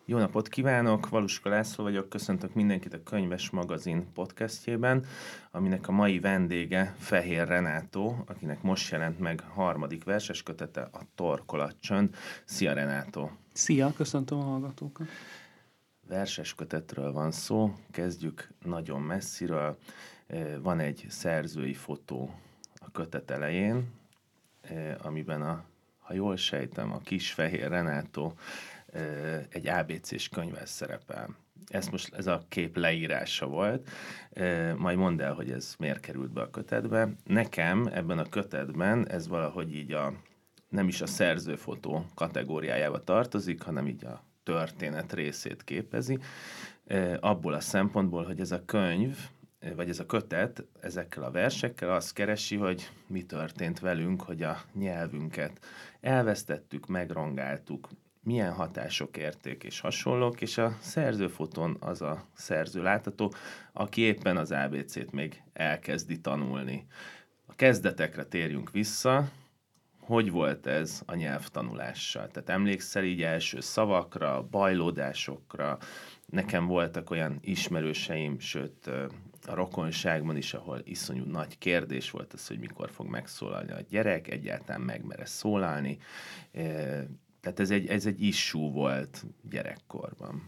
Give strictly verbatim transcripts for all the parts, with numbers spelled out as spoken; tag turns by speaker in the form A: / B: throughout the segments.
A: Jó napot kívánok, Valuska László vagyok, köszöntök mindenkit a Könyves Magazin podcastjében, aminek a mai vendége Fehér Renátó, akinek most jelent meg harmadik verseskötete, a Torkolatcsönd. Szia Renátó!
B: Szia, köszöntöm a hallgatókat!
A: Verseskötetről van szó, kezdjük nagyon messziről. Van egy szerzői fotó a kötet elején, amiben a, ha jól sejtem, a kis Fehér Renátó egy á bé cés könyvvel szerepel. Ez most ez a kép leírása volt. Majd mondd el, hogy ez miért került be a kötetbe. Nekem ebben a kötetben ez valahogy így a, nem is a szerzőfotó kategóriájába tartozik, hanem így a történet részét képezi. Abból a szempontból, hogy ez a könyv, vagy ez a kötet ezekkel a versekkel azt keresi, hogy mi történt velünk, hogy a nyelvünket elvesztettük, megrongáltuk, milyen hatások érték és hasonlók, és a szerzőfotón az a szerző látható, aki éppen az á bé cét még elkezdi tanulni. A kezdetekre térjünk vissza, hogy volt ez a nyelvtanulással? Tehát emlékszel így első szavakra, bajlódásokra? Nekem voltak olyan ismerőseim, sőt a rokonságban is, ahol iszonyú nagy kérdés volt az, hogy mikor fog megszólalni a gyerek, egyáltalán megmere szólalni. Tehát ez egy, ez egy issue volt gyerekkorban.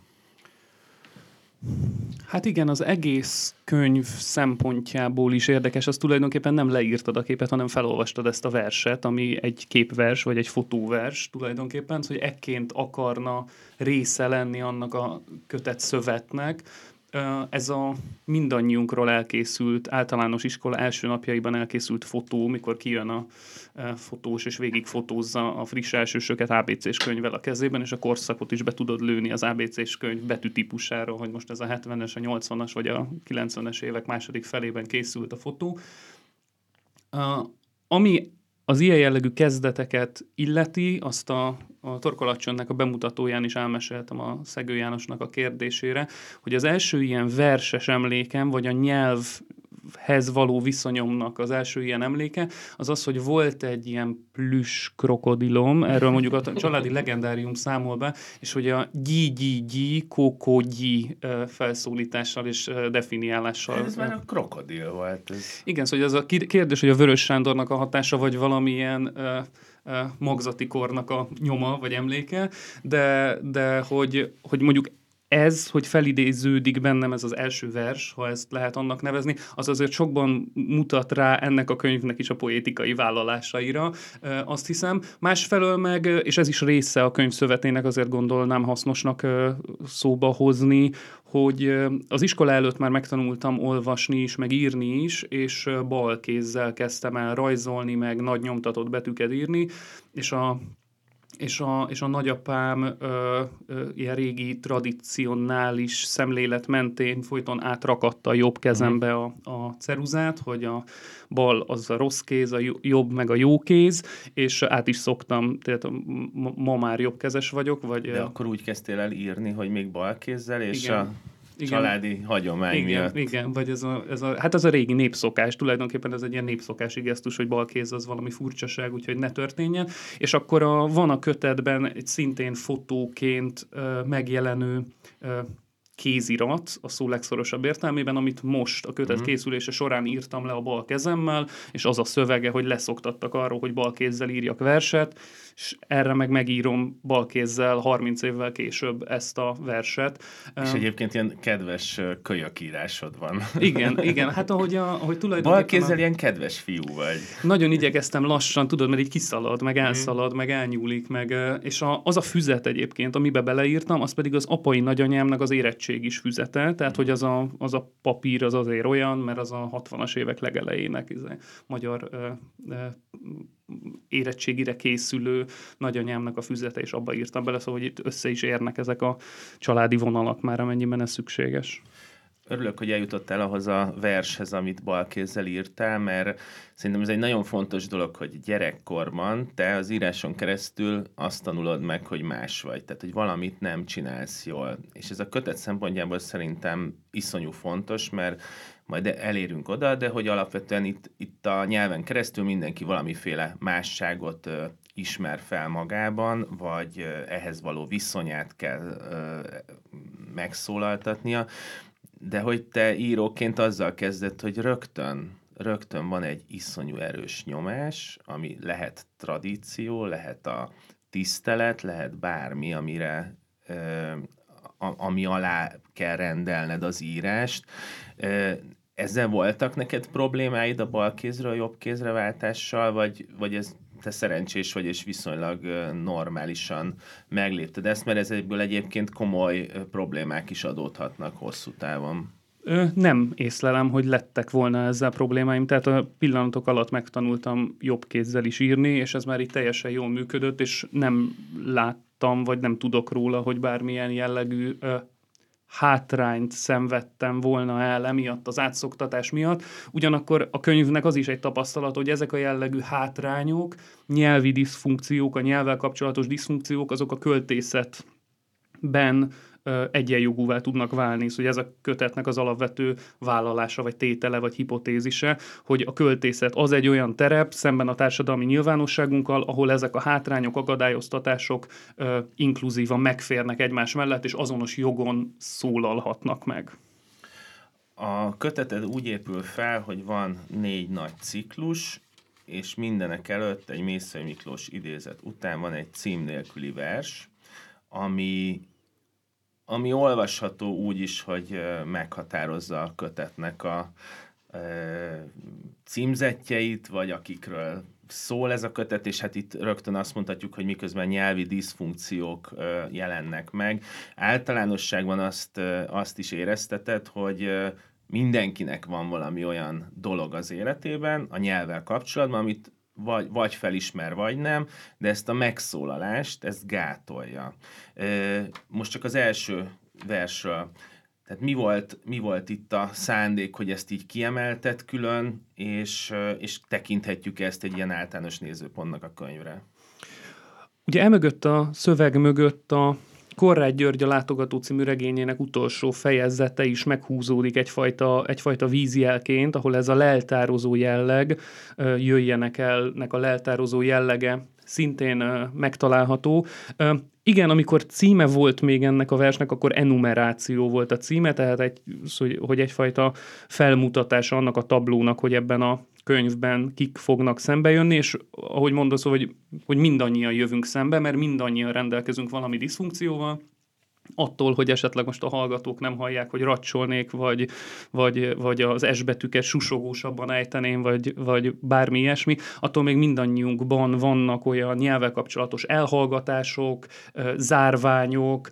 B: Hát igen, az egész könyv szempontjából is érdekes, az tulajdonképpen nem leírtad a képet, hanem felolvastad ezt a verset, ami egy képvers, vagy egy fotóvers tulajdonképpen, hogy ekként akarna része lenni annak a kötet szövetnek. Ez a mindannyiunkról elkészült, általános iskola első napjaiban elkészült fotó, mikor kijön a fotós, és végig fotózza a friss elsősöket á bé cés könyvvel a kezében, és a korszakot is be tudod lőni az á bé cés könyv betűtípusára, hogy most ez a hetvenes, a nyolcvanas vagy a kilencvenes évek második felében készült a fotó. Ami az ilyen jellegű kezdeteket illeti, azt a, a Torkolatcsöndnek a bemutatóján is elmeséltem a Szegő Jánosnak a kérdésére, hogy az első ilyen verses emlékem, vagy a nyelvhez való viszonyomnak az első ilyen emléke, az az, hogy volt egy ilyen plüss krokodilom, erről mondjuk a családi legendárium számol be, és hogy a gyi-gyi-gyi, kókó-gyi felszólítással és definiálással.
A: Ez már a krokodil volt. Ez.
B: Igen, szóval ez a kérdés, hogy a Vörös Sándornak a hatása, vagy valamilyen uh, uh, magzati kornak a nyoma, vagy emléke, de, de hogy, hogy mondjuk ez, hogy felidéződik bennem ez az első vers, ha ezt lehet annak nevezni, az azért sokban mutat rá ennek a könyvnek is a poétikai vállalásaira, azt hiszem. Másfelől meg, és ez is része a könyv szövetének, azért gondolnám hasznosnak szóba hozni, hogy az iskola előtt már megtanultam olvasni is, meg írni is, és bal kézzel kezdtem el rajzolni, meg nagy nyomtatott betűket írni, és a És a, és a nagyapám ö, ö, ilyen régi, tradicionális szemlélet mentén folyton átrakatta a jobb kezembe a, a ceruzát, hogy a bal az a rossz kéz, a jobb meg a jó kéz, és át is szoktam, tehát ma már jobbkezes vagyok. Vagy,
A: de akkor úgy kezdtél el írni, hogy még bal kézzel, és
B: igen.
A: a... Igen. Családi hagyomány
B: igen,
A: miatt.
B: Igen, vagy ez a, ez a, hát az a régi népszokás, tulajdonképpen ez egy ilyen népszokási gesztus, hogy balkéz az valami furcsaság, úgyhogy ne történjen. És akkor a, van a kötetben egy szintén fotóként uh, megjelenő uh, kézirat, a szó legszorosabb értelmében, amit most a kötet uh-huh. készülése során írtam le a bal kezemmel, és az a szövege, hogy leszoktattak arról, hogy bal kézzel írjak verset, és erre meg megírom bal kézzel harminc évvel később ezt a verset.
A: És egyébként ilyen kedves kölyökírásod van.
B: Igen, igen, hát ahogy, a, ahogy tulajdonképpen...
A: Bal kézzel a... ilyen kedves fiú vagy.
B: Nagyon igyekeztem lassan, tudod, mert így kiszalad, meg elszalad, mm. meg elnyúlik, meg, és a, az a füzet egyébként, amiben beleírtam, az pedig az apai nagyanyámnak az érettségis füzete, tehát mm. hogy az a, az a papír az azért olyan, mert az a hatvanas évek legelejének ez a magyar ö, ö, érettségire készülő nagyanyámnak a füzete, és abba írtam bele, szóval hogy itt össze is érnek ezek a családi vonalak már, amennyiben ez szükséges.
A: Örülök, hogy eljutottál ahhoz a vershez, amit balkézzel írtál, mert szerintem ez egy nagyon fontos dolog, hogy gyerekkorban te az íráson keresztül azt tanulod meg, hogy más vagy, tehát hogy valamit nem csinálsz jól. És ez a kötet szempontjából szerintem iszonyú fontos, mert majd elérünk oda, de hogy alapvetően itt, itt a nyelven keresztül mindenki valamiféle másságot ismer fel magában, vagy ehhez való viszonyát kell megszólaltatnia, de hogy te íróként azzal kezded, hogy rögtön, rögtön van egy iszonyú erős nyomás, ami lehet tradíció, lehet a tisztelet, lehet bármi, amire, ami alá kell rendelned az írást. Ezzel voltak neked problémáid a bal kézről a jobb kézre váltással, vagy, vagy ez te szerencsés vagy, és viszonylag normálisan meglépted ezt, mert ezekből egyébként komoly problémák is adódhatnak hosszú távon.
B: Ö, nem észlelem, hogy lettek volna ezzel problémáim, tehát a pillanatok alatt megtanultam jobb kézzel is írni, és ez már így teljesen jól működött, és nem láttam, vagy nem tudok róla, hogy bármilyen jellegű ö, hátrányt szenvedtem volna el emiatt, az átszoktatás miatt. Ugyanakkor a könyvnek az is egy tapasztalat, hogy ezek a jellegű hátrányok, nyelvi diszfunkciók, a nyelvvel kapcsolatos diszfunkciók, azok a költészetben egyenjogúvá tudnak válni. Szóval ez a kötetnek az alapvető vállalása, vagy tétele, vagy hipotézise, hogy a költészet az egy olyan terep szemben a társadalmi nyilvánosságunkkal, ahol ezek a hátrányok, akadályoztatások ö, inkluzívan megférnek egymás mellett, és azonos jogon szólalhatnak meg.
A: A köteted úgy épül fel, hogy van négy nagy ciklus, és mindenek előtt egy Mészöly Miklós idézet után van egy cím nélküli vers, ami ami olvasható úgy is, hogy meghatározza a kötetnek a e, címzettjeit, vagy akikről szól ez a kötet, és hát itt rögtön azt mondhatjuk, hogy miközben nyelvi diszfunkciók e, jelennek meg. Általánosságban azt, e, azt is érezteted, hogy e, mindenkinek van valami olyan dolog az életében, a nyelvvel kapcsolatban, amit Vagy, vagy felismer, vagy nem, de ezt a megszólalást, ezt gátolja. Most csak az első versről. Tehát mi volt, mi volt itt a szándék, hogy ezt így kiemelted külön, és, és tekinthetjük ezt egy ilyen általános nézőpontnak a könyvre?
B: Ugye emögött a szöveg mögött a Korrád György a Látogató című regényének utolsó fejezete is meghúzódik egyfajta, egyfajta vízjelként, ahol ez a leltározó jelleg, jöjjenek elnek a leltározó jellege szintén megtalálható. Igen, amikor címe volt még ennek a versnek, akkor enumeráció volt a címe, tehát egy, hogy egyfajta felmutatása annak a tablónak, hogy ebben a könyvben kik fognak szembe jönni, és ahogy mondasz, hogy, hogy mindannyian jövünk szembe, mert mindannyian rendelkezünk valami diszfunkcióval, attól, hogy esetleg most a hallgatók nem hallják, hogy racsolnék, vagy, vagy, vagy az S betűket susogósabban ejteném, vagy, vagy bármi ilyesmi, attól még mindannyiunkban vannak olyan nyelvvel kapcsolatos elhallgatások, zárványok,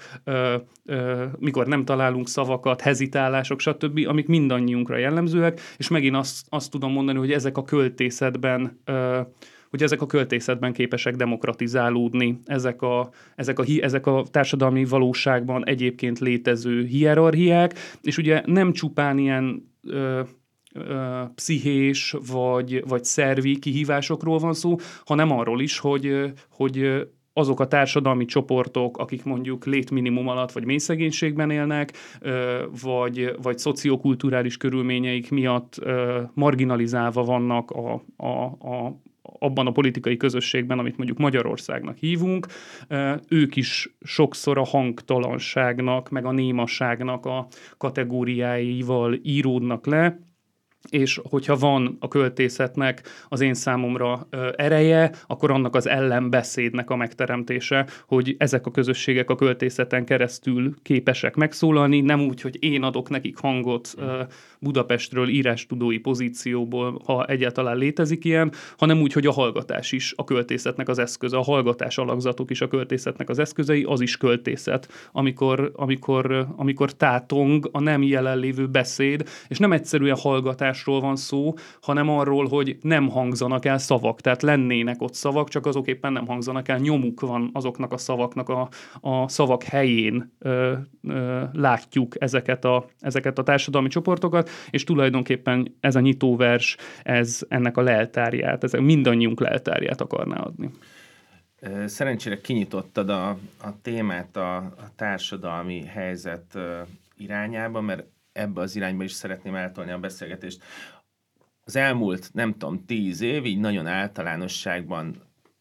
B: mikor nem találunk szavakat, hezitálások, stb., amik mindannyiunkra jellemzőek, és megint azt, azt tudom mondani, hogy ezek a költészetben hogy ezek a költészetben képesek demokratizálódni, ezek a, ezek a, ezek a társadalmi valóságban egyébként létező hierarchiák, és ugye nem csupán ilyen ö, ö, pszichés vagy, vagy szervi kihívásokról van szó, hanem arról is, hogy, hogy azok a társadalmi csoportok, akik mondjuk létminimum alatt vagy mély szegénységben élnek, vagy, vagy szociokulturális körülményeik miatt marginalizálva vannak a, a, a abban a politikai közösségben, amit mondjuk Magyarországnak hívunk, ők is sokszor a hangtalanságnak, meg a némaságnak a kategóriáival íródnak le, és hogyha van a költészetnek az én számomra ö, ereje, akkor annak az ellenbeszédnek a megteremtése, hogy ezek a közösségek a költészeten keresztül képesek megszólalni, nem úgy, hogy én adok nekik hangot ö, Budapestről írástudói pozícióból, ha egyáltalán létezik ilyen, hanem úgy, hogy a hallgatás is a költészetnek az eszköze, a hallgatás alakzatok is a költészetnek az eszközei, az is költészet, amikor, amikor, amikor tátong a nem jelenlévő beszéd, és nem egyszerűen hallgatásról van szó, hanem arról, hogy nem hangzanak el szavak, tehát lennének ott szavak, csak azok éppen nem hangzanak el, nyomuk van azoknak a szavaknak a, a szavak helyén ö, ö, látjuk ezeket a, ezeket a társadalmi csoportokat, és tulajdonképpen ez a nyitóvers, ez ennek a leltárját, ez mindannyiunk leltárját akarná adni.
A: Szerencsére kinyitottad a, a témát a, a társadalmi helyzet irányába, mert ebbe az irányba is szeretném eltolni a beszélgetést. Az elmúlt, nem tudom, tíz év, így nagyon általánosságban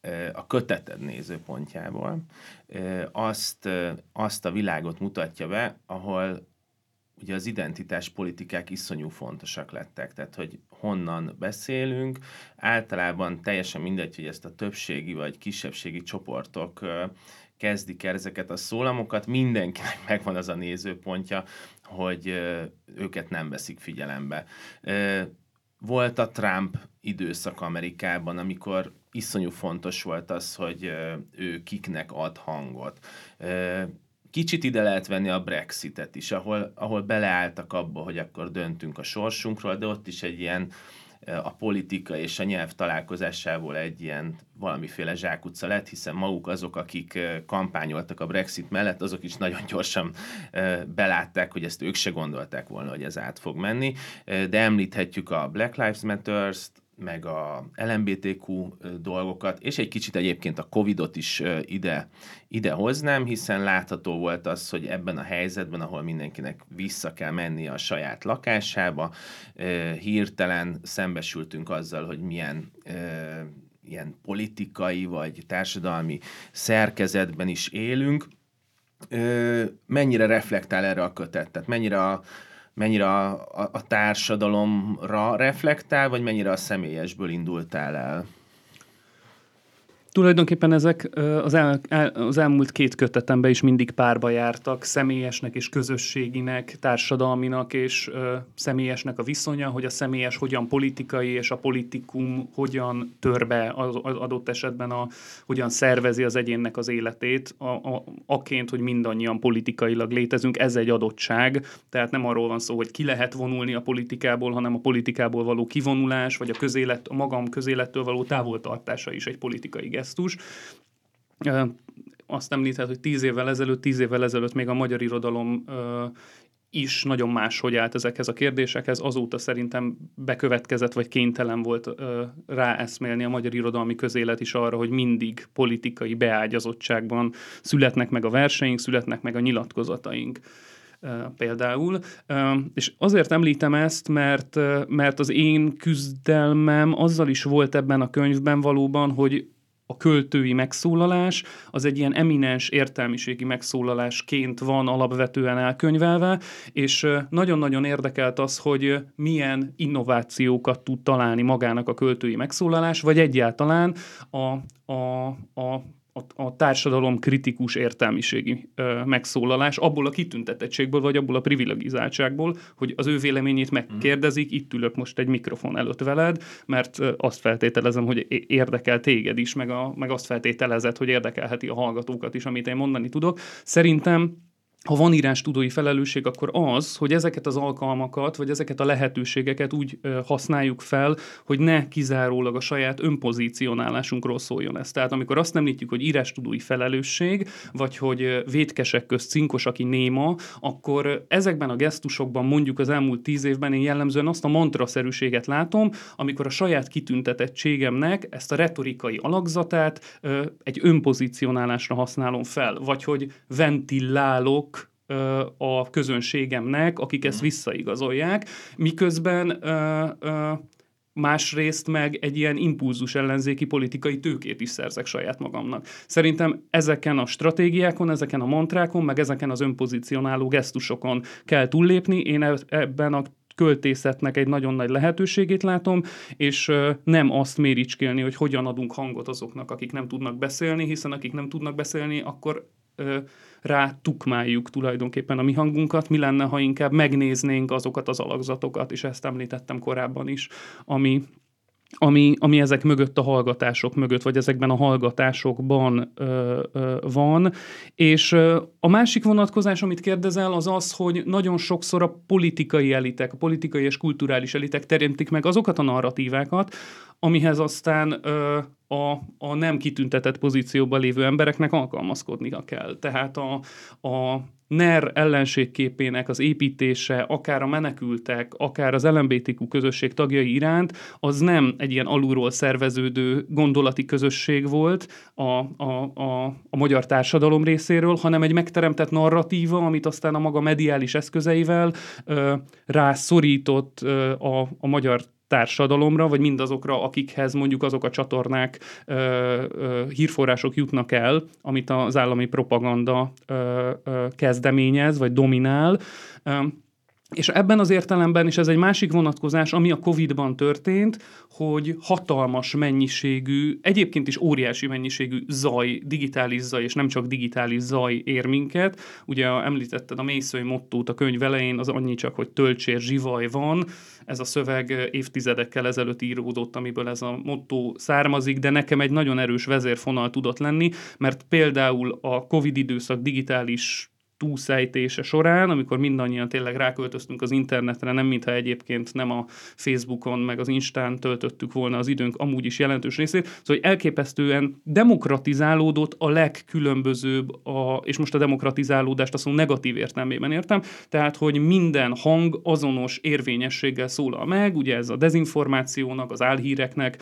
A: a köteted nézőpontjából azt, azt a világot mutatja be, ahol ugye az identitáspolitikák iszonyú fontosak lettek, tehát hogy honnan beszélünk, általában teljesen mindegy, hogy ezt a többségi vagy kisebbségi csoportok kezdik el ezeket a szólamokat, mindenkinek megvan az a nézőpontja, hogy őket nem veszik figyelembe. Volt a Trump időszak Amerikában, amikor iszonyú fontos volt az, hogy ő kiknek ad hangot. Kicsit ide lehet venni a Brexitet is, ahol, ahol beleálltak abba, hogy akkor döntünk a sorsunkról, de ott is egy ilyen a politika és a nyelv találkozásából egy ilyen valamiféle zsákutca lett, hiszen maguk azok, akik kampányoltak a Brexit mellett, azok is nagyon gyorsan belátták, hogy ezt ők se gondolták volna, hogy ez át fog menni. De említhetjük a Black Lives Matters-t, meg a el em bé té kú dolgokat, és egy kicsit egyébként a Covidot is ide, ide hoznám, hiszen látható volt az, hogy ebben a helyzetben, ahol mindenkinek vissza kell mennie a saját lakásába, hirtelen szembesültünk azzal, hogy milyen ilyen politikai vagy társadalmi szerkezetben is élünk. Mennyire reflektál erre a kötet? Tehát mennyire a mennyire a, a, a társadalomra reflektál, vagy mennyire a személyesből indultál el?
B: Tulajdonképpen ezek az, el, el, az elmúlt két kötetemben is mindig párba jártak, személyesnek és közösséginek, társadalminak és ö, személyesnek a viszonya, hogy a személyes hogyan politikai, és a politikum hogyan tör be az, az adott esetben, a, hogyan szervezi az egyénnek az életét, a, a, aként, hogy mindannyian politikailag létezünk, ez egy adottság, tehát nem arról van szó, hogy ki lehet vonulni a politikából, hanem a politikából való kivonulás, vagy a, közélet, a magam közélettől való távoltartása is egy politikai gesztus. Azt említett, hogy tíz évvel ezelőtt, tíz évvel ezelőtt még a magyar irodalom is nagyon máshogy állt ezekhez a kérdésekhez. Azóta szerintem bekövetkezett, vagy kénytelen volt ráeszmélni a magyar irodalmi közélet is arra, hogy mindig politikai beágyazottságban születnek meg a verseink, születnek meg a nyilatkozataink. Például. És azért említem ezt, mert, mert az én küzdelmem azzal is volt ebben a könyvben valóban, hogy a költői megszólalás az egy ilyen eminens értelmiségi megszólalásként van alapvetően elkönyvelve, és nagyon-nagyon érdekelt az, hogy milyen innovációkat tud találni magának a költői megszólalás, vagy egyáltalán a, a, a A, a társadalom kritikus értelmiségi ö, megszólalás abból a kitüntetettségből, vagy abból a privilegizáltságból, hogy az ő véleményét megkérdezik, itt ülök most egy mikrofon előtt veled, mert ö, azt feltételezem, hogy érdekel téged is, meg, a, meg azt feltételezed, hogy érdekelheti a hallgatókat is, amit én mondani tudok. Szerintem ha van írástudói felelősség, akkor az, hogy ezeket az alkalmakat, vagy ezeket a lehetőségeket úgy ö, használjuk fel, hogy ne kizárólag a saját önpozícionálásunkról szóljon ez. Tehát amikor azt említjük, hogy írástudói felelősség, vagy hogy vétkesek közt cinkos, aki néma, akkor ezekben a gesztusokban mondjuk az elmúlt tíz évben én jellemzően azt a mantraszerűséget látom, amikor a saját kitüntetettségemnek ezt a retorikai alakzatát ö, egy önpozícionálásra használom fel, vagy hogy ventilálok a közönségemnek, akik ezt visszaigazolják, miközben ö, ö, másrészt meg egy ilyen impulzus ellenzéki politikai tőkét is szerzek saját magamnak. Szerintem ezeken a stratégiákon, ezeken a mantrákon, meg ezeken az önpozícionáló gesztusokon kell túllépni. Én ebben a költészetnek egy nagyon nagy lehetőségét látom, és nem azt méricskélni, hogy hogyan adunk hangot azoknak, akik nem tudnak beszélni, hiszen akik nem tudnak beszélni, akkor rá tukmáljuk tulajdonképpen a mi hangunkat. Mi lenne, ha inkább megnéznénk azokat az alakzatokat, és ezt említettem korábban is, ami, ami, ami ezek mögött a hallgatások mögött, vagy ezekben a hallgatásokban ö, ö, van. És ö, a másik vonatkozás, amit kérdezel, az az, hogy nagyon sokszor a politikai elitek, a politikai és kulturális elitek teremtik meg azokat a narratívákat, amihez aztán ö, a, a nem kitüntetett pozícióban lévő embereknek alkalmazkodnia kell. Tehát a, a NER ellenségképének az építése, akár a menekültek, akár az el em bé té kú közösség tagjai iránt, az nem egy ilyen alulról szerveződő gondolati közösség volt a, a, a, a magyar társadalom részéről, hanem egy megteremtett narratíva, amit aztán a maga mediális eszközeivel ö, rászorított ö, a, a magyar társadalomra, vagy mindazokra, akikhez mondjuk azok a csatornák, ö, ö, hírforrások jutnak el, amit az állami propaganda ö, ö, kezdeményez, vagy dominál. Ö, És ebben az értelemben is ez egy másik vonatkozás, ami a Covidban történt, hogy hatalmas mennyiségű, egyébként is óriási mennyiségű zaj, digitális zaj, és nem csak digitális zaj ér minket. Ugye említetted a Mészöly mottót a könyv elején, az annyi csak, hogy töltsér, zsivaj van. Ez a szöveg évtizedekkel ezelőtt íródott, amiből ez a motto származik, de nekem egy nagyon erős vezérfonal tudott lenni, mert például a Covid időszak digitális túlszejtése során, amikor mindannyian tényleg ráköltöztünk az internetre, nem mintha egyébként nem a Facebookon, meg az Instán töltöttük volna az időnk amúgy is jelentős részét. Szóval, hogy elképesztően demokratizálódott a legkülönbözőbb, a, és most a demokratizálódást azt mondom negatív értelmében értem, tehát, hogy minden hang azonos érvényességgel szólal meg, ugye ez a dezinformációnak, az álhíreknek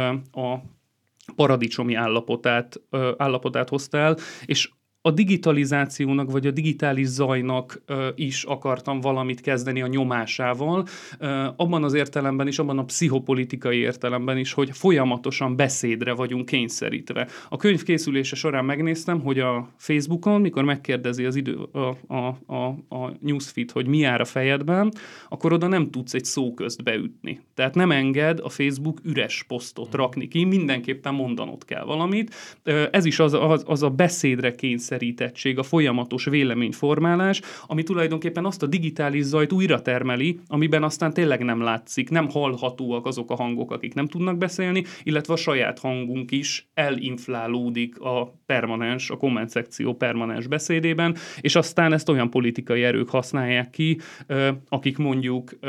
B: a paradicsomi állapotát, állapotát hozta el, és a digitalizációnak, vagy a digitális zajnak ö, is akartam valamit kezdeni a nyomásával, ö, abban az értelemben is, abban a pszichopolitikai értelemben is, hogy folyamatosan beszédre vagyunk kényszerítve. A könyv készülése során megnéztem, hogy a Facebookon, mikor megkérdezi az idő, a, a, a, a newsfeed, hogy mi jár a fejedben, akkor oda nem tudsz egy szó közt beütni. Tehát nem enged a Facebook üres posztot rakni ki, mindenképpen mondanod kell valamit. Ez is az, az, az a beszédre kényszerítettség, a folyamatos véleményformálás, ami tulajdonképpen azt a digitális zajt újra termeli, amiben aztán tényleg nem látszik, nem hallhatóak azok a hangok, akik nem tudnak beszélni, illetve a saját hangunk is elinflálódik a permanens, a komment szekció permanens beszédében, és aztán ezt olyan politikai erők használják ki, akik mondjuk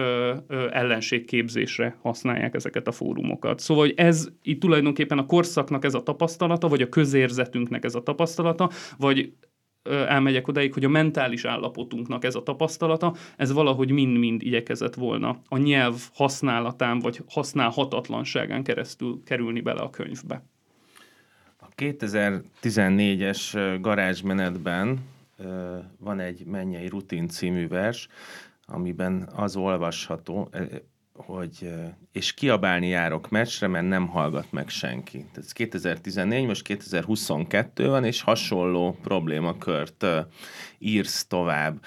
B: ellenségképzésre használják ezeket a fórumokat. Szóval hogy ez itt tulajdonképpen a korszaknak ez a tapasztalata, vagy a közérzetünknek ez a tapasztalata, vagy elmegyek odáig, hogy a mentális állapotunknak ez a tapasztalata, ez valahogy mind-mind igyekezett volna a nyelv használatán, vagy használhatatlanságán keresztül kerülni bele a könyvbe.
A: A kétezer-tizennégyes garázsmenetben van egy Mennyei rutin című vers, amiben az olvasható, hogy és kiabálni járok meccsre, mert nem hallgat meg senki. Tehát ez kétezer-tizennégy, most kétezer-huszonkettő van, és hasonló problémakört írsz tovább.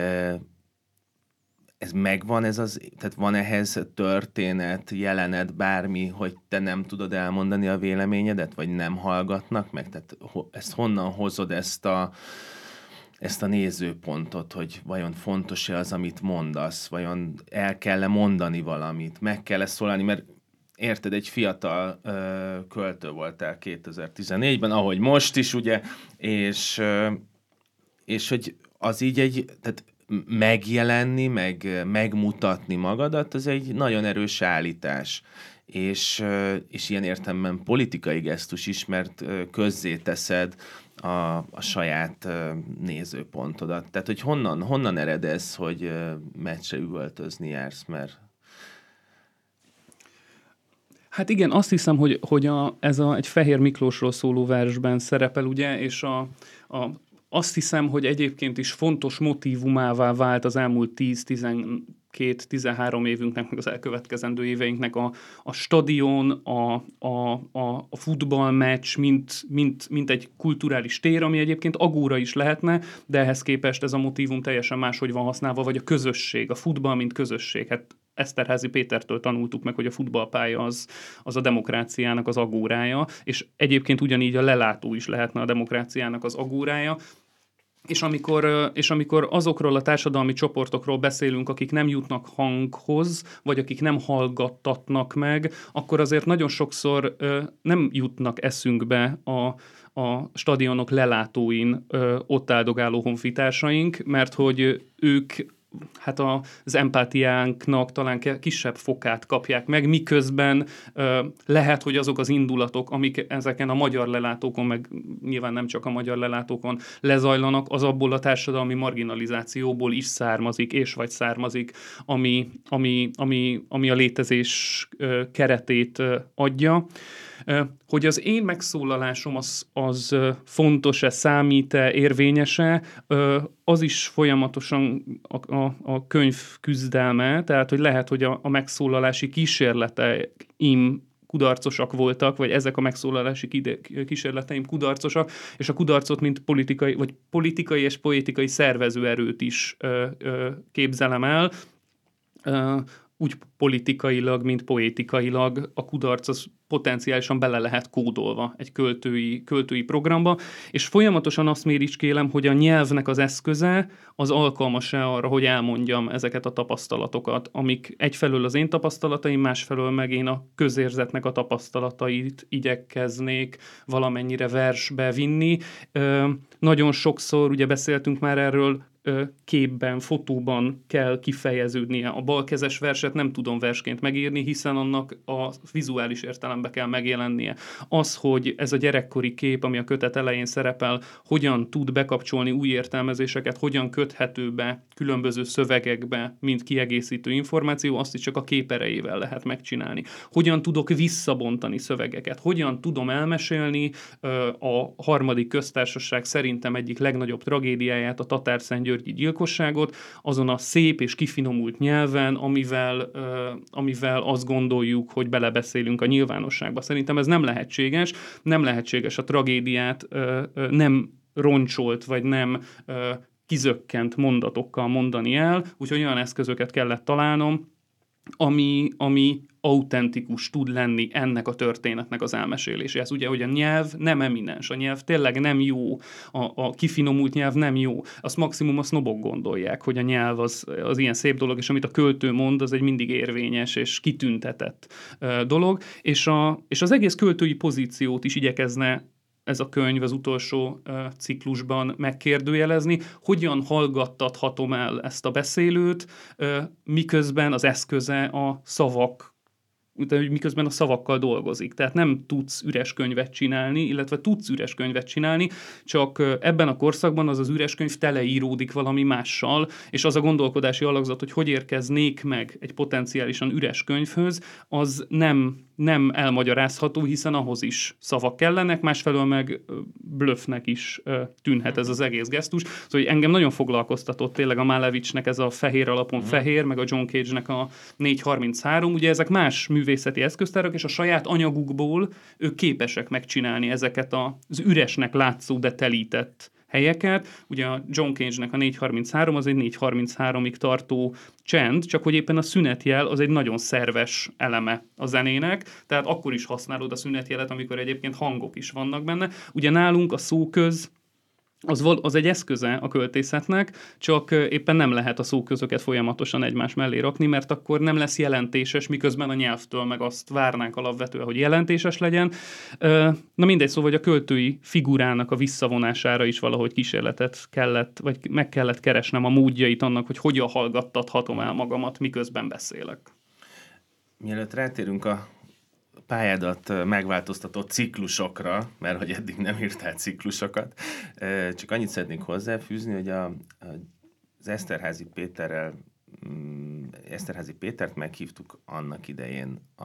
A: Ez megvan, ez az, tehát van ehhez történet, jelenet, bármi, hogy te nem tudod elmondani a véleményedet, vagy nem hallgatnak meg? Tehát ezt honnan hozod, ezt a ezt a nézőpontot, hogy vajon fontos-e az, amit mondasz, vajon el kell-e mondani valamit, meg kell-e szólalni, mert érted, egy fiatal ö, költő voltál kétezer-tizennégyben, ahogy most is, ugye, és, ö, és hogy az így egy, tehát megjelenni, meg megmutatni magadat, az egy nagyon erős állítás. És, és ilyen értelemben politikai gesztus is, mert közzéteszed a, a saját nézőpontodat. Tehát, hogy honnan, honnan ered ez, hogy meccsre üvöltözni jársz, mert...
B: Hát igen, azt hiszem, hogy, hogy a, ez a, egy Fehér Miklósról szóló versben szerepel, ugye, és a, a azt hiszem, hogy egyébként is fontos motívumává vált az elmúlt tíz-tizenkét-tizenhárom évünknek, meg az elkövetkezendő éveinknek a, a stadion, a, a, a, a futballmeccs, mint, mint, mint egy kulturális tér, ami egyébként agóra is lehetne, de ehhez képest ez a motívum teljesen máshogy van használva, vagy a közösség, a futball, mint közösség. Hát Eszterházy Pétertől tanultuk meg, hogy a futballpálya az, az a demokráciának az agórája, és egyébként ugyanígy a lelátó is lehetne a demokráciának az agórája. És amikor, és amikor azokról a társadalmi csoportokról beszélünk, akik nem jutnak hanghoz, vagy akik nem hallgattatnak meg, akkor azért nagyon sokszor nem jutnak eszünkbe a, a stadionok lelátóin ott áldogáló honfitársaink, mert hogy ők hát az empátiánknak talán kisebb fokát kapják meg, miközben ö, lehet, hogy azok az indulatok, amik ezeken a magyar lelátókon, meg nyilván nem csak a magyar lelátókon lezajlanak, az abból a társadalmi marginalizációból is származik, és vagy származik, ami, ami, ami, ami a létezés ö, keretét ö, adja. Hogy az én megszólalásom az, az fontos-e, számít-e, érvényes-e, az is folyamatosan a, a, a könyv küzdelme, tehát hogy lehet, hogy a, a megszólalási kísérleteim kudarcosak voltak, vagy ezek a megszólalási kísérleteim kudarcosak, és a kudarcot, mint politikai, vagy politikai és poétikai szervezőerőt is ö, ö, képzelem el. Ö, úgy politikailag, mint poétikailag a kudarc az potenciálisan bele lehet kódolva egy költői, költői programba, és folyamatosan azt méricskélem, hogy a nyelvnek az eszköze az alkalmas-e arra, hogy elmondjam ezeket a tapasztalatokat, amik egyfelől az én tapasztalataim, másfelől meg én a közérzetnek a tapasztalatait igyekeznék valamennyire versbe vinni. Ö, nagyon sokszor, ugye beszéltünk már erről, képben, fotóban kell kifejeződnie. A balkezes verset nem tudom versként megírni, hiszen annak a vizuális értelembe kell megjelennie. Az, hogy ez a gyerekkori kép, ami a kötet elején szerepel, hogyan tud bekapcsolni új értelmezéseket, hogyan köthető be különböző szövegekbe, mint kiegészítő információ, azt is csak a kép erejével lehet megcsinálni. Hogyan tudok visszabontani szövegeket, hogyan tudom elmesélni a harmadik köztársaság szerintem egyik legnagyobb tragédiáját, a tatárszentgyörgyi gyilkosságot, azon a szép és kifinomult nyelven, amivel, uh, amivel azt gondoljuk, hogy belebeszélünk a nyilvánosságba. Szerintem ez nem lehetséges, nem lehetséges a tragédiát uh, uh, nem roncsolt, vagy nem uh, kizökkent mondatokkal mondani el, úgyhogy olyan eszközöket kellett találnom, ami, ami autentikus tud lenni ennek a történetnek az elmeséléséhez. Ugye, hogy a nyelv nem eminens, a nyelv tényleg nem jó, a, a kifinomult nyelv nem jó. Azt maximum a sznobok gondolják, hogy a nyelv az, az ilyen szép dolog, és amit a költő mond, az egy mindig érvényes és kitüntetett uh, dolog, és, a, és az egész költői pozíciót is igyekezne ez a könyv az utolsó uh, ciklusban megkérdőjelezni, hogyan hallgattathatom el ezt a beszélőt, uh, miközben az eszköze a szavak, miközben a szavakkal dolgozik. Tehát nem tudsz üres könyvet csinálni, illetve tudsz üres könyvet csinálni, csak ebben a korszakban az az üres könyv teleíródik valami mással, és az a gondolkodási alakzat, hogy hogy érkeznék meg egy potenciálisan üres könyvhöz, az nem, nem elmagyarázható, hiszen ahhoz is szavak kellenek, másfelől meg blöffnek is tűnhet ez az egész gesztus. Szóval engem nagyon foglalkoztatott tényleg a Malevichnek ez a fehér alapon fehér, meg a John Cage-nek a négy harminchárom, ugye ezek más művészeti eszköztárak, és a saját anyagukból ők képesek megcsinálni ezeket az üresnek látszó, de telített helyeket. Ugye a John Cage-nek a négy harminchárom az egy négy harmincháromig tartó csend, csak hogy éppen a szünetjel az egy nagyon szerves eleme a zenének, tehát akkor is használod a szünetjelet, amikor egyébként hangok is vannak benne. Ugye nálunk a szóköz Az, az egy eszköze a költészetnek, csak éppen nem lehet a szóközöket folyamatosan egymás mellé rakni, mert akkor nem lesz jelentéses, miközben a nyelvtől meg azt várnánk alapvetően, hogy jelentéses legyen. Na mindegy, szóval, hogy a költői figurának a visszavonására is valahogy kísérletet kellett, vagy meg kellett keresnem a módjait annak, hogy hogyan hallgattathatom el magamat, miközben beszélek.
A: Mielőtt rátérünk a pályádat megváltoztató ciklusokra, mert hogy eddig nem írtál ciklusokat. Csak annyit szeretnék hozzáfűzni, hogy a, az Eszterházy Péterrel, Eszterházy Pétert meghívtuk annak idején a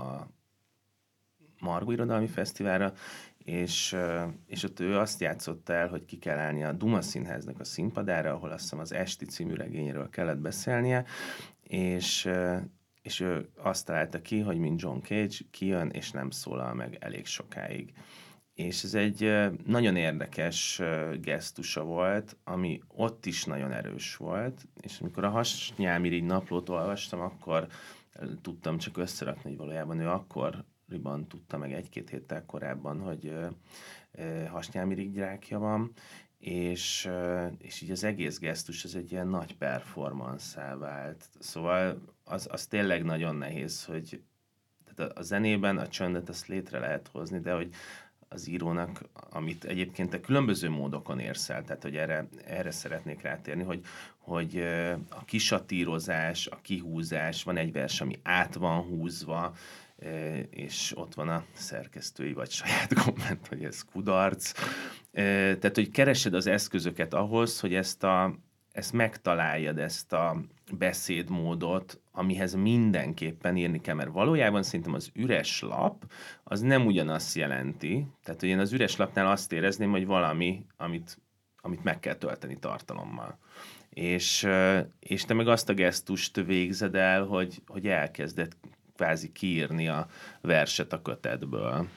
A: Margó Irodalmi Fesztiválra, és, és ott ő azt játszott el, hogy ki kell állni a Duma Színháznak a színpadára, ahol azt hiszem az Esti című regényről kellett beszélnie, és és ő azt találta ki, hogy mint John Cage kijön, és nem szólal meg elég sokáig. És ez egy nagyon érdekes gesztusa volt, ami ott is nagyon erős volt, és amikor a Hasnyálmirigy naplót olvastam, akkor tudtam csak összerakni, hogy valójában ő akkoriban tudta meg egy-két héttel korábban, hogy hasnyálmirigy rákja van, és, és így az egész gesztus az egy ilyen nagy performance-szá vált. Szóval az, az tényleg nagyon nehéz, hogy tehát a zenében a csöndet azt létre lehet hozni, de hogy az írónak, amit egyébként a különböző módokon érsz el, tehát hogy erre, erre szeretnék rátérni, hogy, hogy a kisatírozás, a kihúzás, van egy vers, ami át van húzva, és ott van a szerkesztői vagy saját komment, hogy ez kudarc. Tehát, hogy keresed az eszközöket ahhoz, hogy ezt, a, ezt megtaláljad, ezt a beszédmódot, amihez mindenképpen írni kell, mert valójában szerintem az üres lap az nem ugyanazt jelenti, tehát hogy én az üres lapnál azt érezném, hogy valami, amit, amit meg kell tölteni tartalommal. És, és te meg azt a gesztust végzed el, hogy, hogy elkezded kvázi kiírni a verset a kötetből.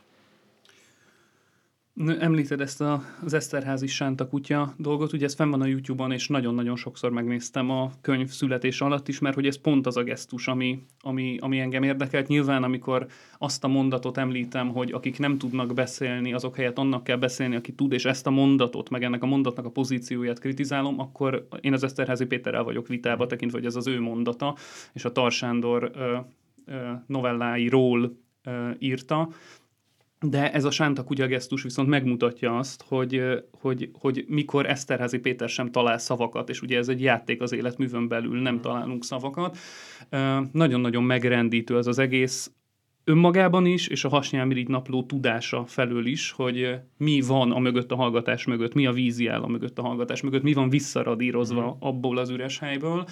B: Említed ezt a, az Eszterházy Sánta kutya dolgot, ugye ez fenn van a YouTube-on, és nagyon-nagyon sokszor megnéztem a könyv születése alatt is, mert hogy ez pont az a gesztus, ami, ami, ami engem érdekelt. Nyilván, amikor azt a mondatot említem, hogy akik nem tudnak beszélni, azok helyett annak kell beszélni, aki tud, és ezt a mondatot, meg ennek a mondatnak a pozícióját kritizálom, akkor én az Eszterházy Péterrel vagyok vitába tekintve, hogy ez az ő mondata, és a Tar Sándor ö, ö, novelláiról ö, írta. De ez a Sánta kutya gesztus viszont megmutatja azt, hogy, hogy, hogy mikor Eszterházy Péter sem talál szavakat, és ugye ez egy játék az életművön belül, nem találunk szavakat. Nagyon-nagyon megrendítő az az egész önmagában is, és a Hasnyálmirigy napló tudása felől is, hogy mi van a mögött a hallgatás mögött, mi a víziál a mögött a hallgatás mögött, mi van visszaradírozva abból az üres helyből.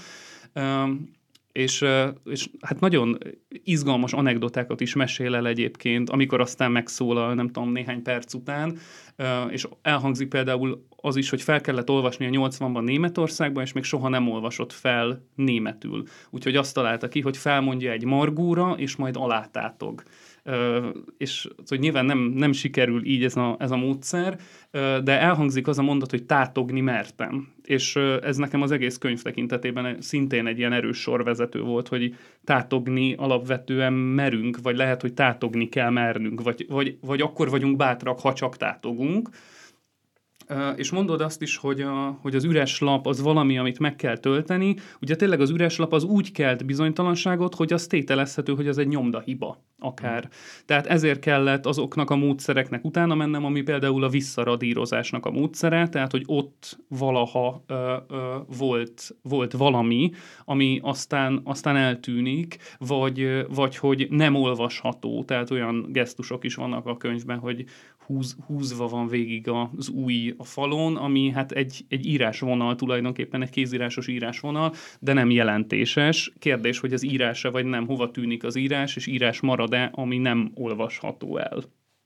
B: És, és hát nagyon izgalmas anekdotákat is mesél el egyébként, amikor aztán megszólal, nem tudom, néhány perc után, és elhangzik például az is, hogy fel kellett olvasni a nyolcvanban Németországban, és még soha nem olvasott fel németül. Úgyhogy azt találta ki, hogy felmondja egy margóra, és majd alátátog. Uh, és hogy nyilván nem, nem sikerül így ez a, ez a módszer, uh, de elhangzik az a mondat, hogy tátogni mertem. És uh, ez nekem az egész könyv tekintetében szintén egy ilyen erős sorvezető volt, hogy tátogni alapvetően merünk, vagy lehet, hogy tátogni kell mernünk, vagy, vagy, vagy akkor vagyunk bátrak, ha csak tátogunk. Uh, és mondod azt is, hogy, a, hogy az üres lap az valami, amit meg kell tölteni. Ugye tényleg az üres lap az úgy kelt bizonytalanságot, hogy az tételezhető, hogy az egy nyomdahiba akár. Mm. Tehát ezért kellett azoknak a módszereknek utána mennem, ami például a visszaradírozásnak a módszere, tehát hogy ott valaha ö, ö, volt, volt valami, ami aztán, aztán eltűnik, vagy, vagy hogy nem olvasható. Tehát olyan gesztusok is vannak a könyvben, hogy húz, húzva van végig az új a falon, ami hát egy, egy írásvonal, tulajdonképpen egy kézírásos írásvonal, de nem jelentéses. Kérdés, hogy az írása vagy nem, hova tűnik az írás, és írás marad-e, ami nem olvasható el.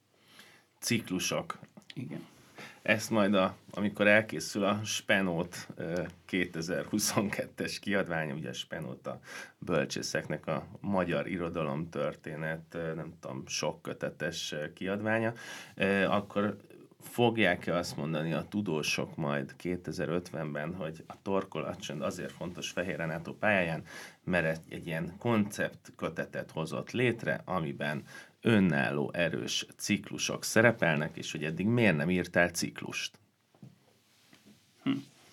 A: Ciklusok.
B: Igen.
A: Ezt majd, a, amikor elkészül a Spenót kétezer-huszonkettes kiadványa, ugye a Spenót a bölcsészeknek a magyar irodalomtörténet, nem tudom, sok kötetes kiadványa, akkor fogják-e azt mondani a tudósok majd kétezer-ötvenben, hogy a torkolatcsönd azért fontos Fehér Renátó pályáján, mert egy, egy ilyen konceptkötetet hozott létre, amiben önálló, erős ciklusok szerepelnek, és hogy eddig miért nem írtál ciklust?
B: Hm.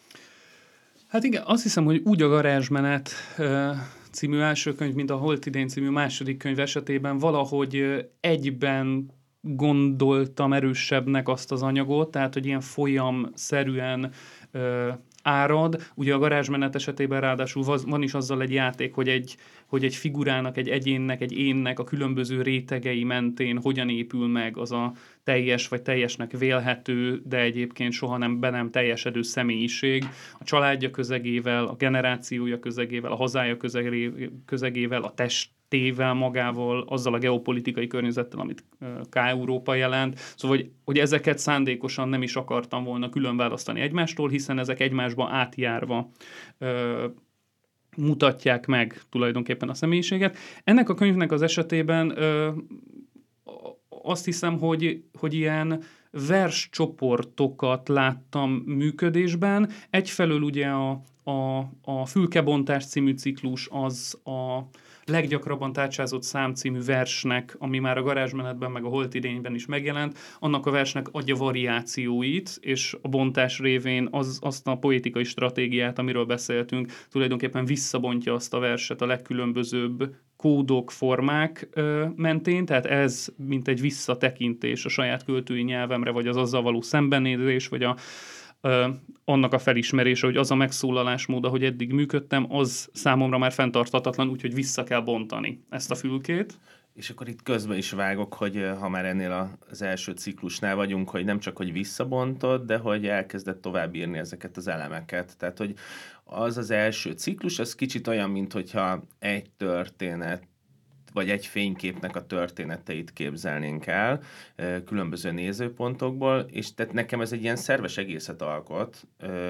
B: Hát igen, azt hiszem, hogy úgy a Garázsmenet című első könyv, mint a Holt idén című második könyv esetében valahogy egyben gondoltam erősebbnek azt az anyagot, tehát, hogy ilyen folyamszerűen ö, árad. Ugye a Garázsmenet esetében ráadásul van is azzal egy játék, hogy egy, hogy egy figurának, egy egyénnek, egy énnek a különböző rétegei mentén hogyan épül meg az a teljes vagy teljesnek vélhető, de egyébként soha nem be nem teljesedő személyiség. A családja közegével, a generációja közegével, a hazája közegével, a test tével magával, azzal a geopolitikai környezettel, amit K-Európa jelent. Szóval, hogy, hogy ezeket szándékosan nem is akartam volna külön választani egymástól, hiszen ezek egymásba átjárva ö, mutatják meg tulajdonképpen a személyiséget. Ennek a könyvnek az esetében ö, azt hiszem, hogy, hogy ilyen verscsoportokat láttam működésben. Egyfelől ugye a, a, a Fülkebontás című ciklus az a leggyakrabban tárcsázott szám című versnek, ami már a Garázsmenetben, meg a Holt idényben is megjelent, annak a versnek adja variációit, és a bontás révén az, azt a poétikai stratégiát, amiről beszéltünk, tulajdonképpen visszabontja azt a verset a legkülönbözőbb kódok, formák ö, mentén, tehát ez mint egy visszatekintés a saját költői nyelvemre, vagy az azzal való szembenézés, vagy a Ö, annak a felismerése, hogy az a megszólalásmód, ahogy eddig működtem, az számomra már fenntarthatatlan, úgyhogy vissza kell bontani ezt a fülkét.
A: És akkor itt közben is vágok, hogy ha már ennél az első ciklusnál vagyunk, hogy nem csak, hogy visszabontod, de hogy elkezdett tovább írni ezeket az elemeket. Tehát, hogy az az első ciklus, az kicsit olyan, mint hogyha egy történet, vagy egy fényképnek a történeteit képzelnénk el különböző nézőpontokból, és tehát nekem ez egy ilyen szerves egészet alkot,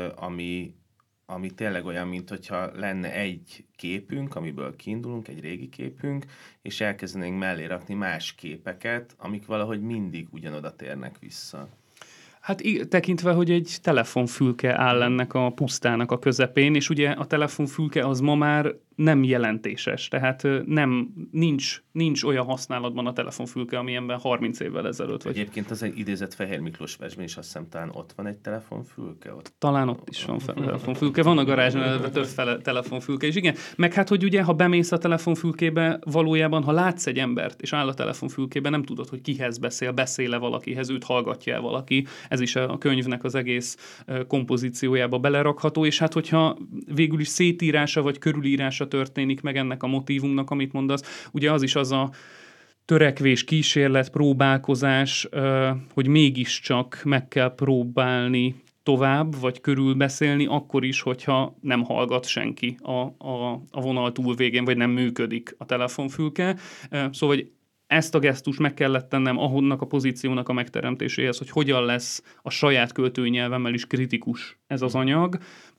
A: ami, ami tényleg olyan, mint hogyha lenne egy képünk, amiből kiindulunk, egy régi képünk, és elkezdenénk mellé rakni más képeket, amik valahogy mindig ugyanoda térnek vissza.
B: Hát tekintve, hogy egy telefonfülke áll ennek a pusztának a közepén, és ugye a telefonfülke az ma már nem jelentéses, tehát nem, nincs, nincs olyan használatban a telefonfülke, amilyenben harminc évvel ezelőtt vagy.
A: Egyébként az egy idézett Fehér Miklós versben is, azt hiszem talán ott van egy telefonfülke. Ott.
B: Talán ott is van telefonfülke, van a garázsnál de több fele telefonfülke is, igen. Meg hát, hogy ugye, ha bemész a telefonfülkébe, valójában, ha látsz egy embert, és áll a telefonfülkébe, nem tudod, hogy kihez beszél, beszél-e valakihez, őt hallgatja-e valaki. Ez is a könyvnek az egész kompozíciójába belerakható, és hát, hogyha végül is szétírása vagy körülírása történik meg ennek a motívumnak, amit mondasz, ugye az is az a törekvés, kísérlet, próbálkozás, hogy mégiscsak meg kell próbálni tovább, vagy körülbeszélni, akkor is, hogyha nem hallgat senki a, a, a vonal túlvégén, vagy nem működik a telefonfülke. Szóval, hogy ezt a gesztus meg kellett tennem ahonnak a pozíciónak a megteremtéséhez, hogy hogyan lesz a saját költői nyelvemmel is kritikus ez az anyag.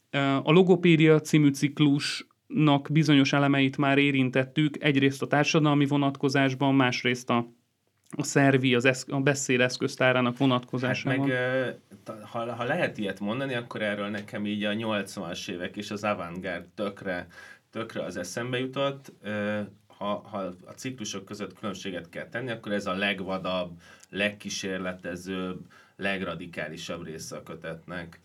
B: A Logopédia című ciklusnak bizonyos elemeit már érintettük, egyrészt a társadalmi vonatkozásban, másrészt a, a szervi, az eszk- a beszéd eszköztárának vonatkozásában.
A: Hát meg, ha, ha lehet ilyet mondani, akkor erről nekem így a nyolcvanas évek és az avantgárd tökre, tökre az eszembe jutott. Ha, ha a ciklusok között különbséget kell tenni, akkor ez a legvadabb, legkísérletezőbb, legradikálisabb része a kötetnek.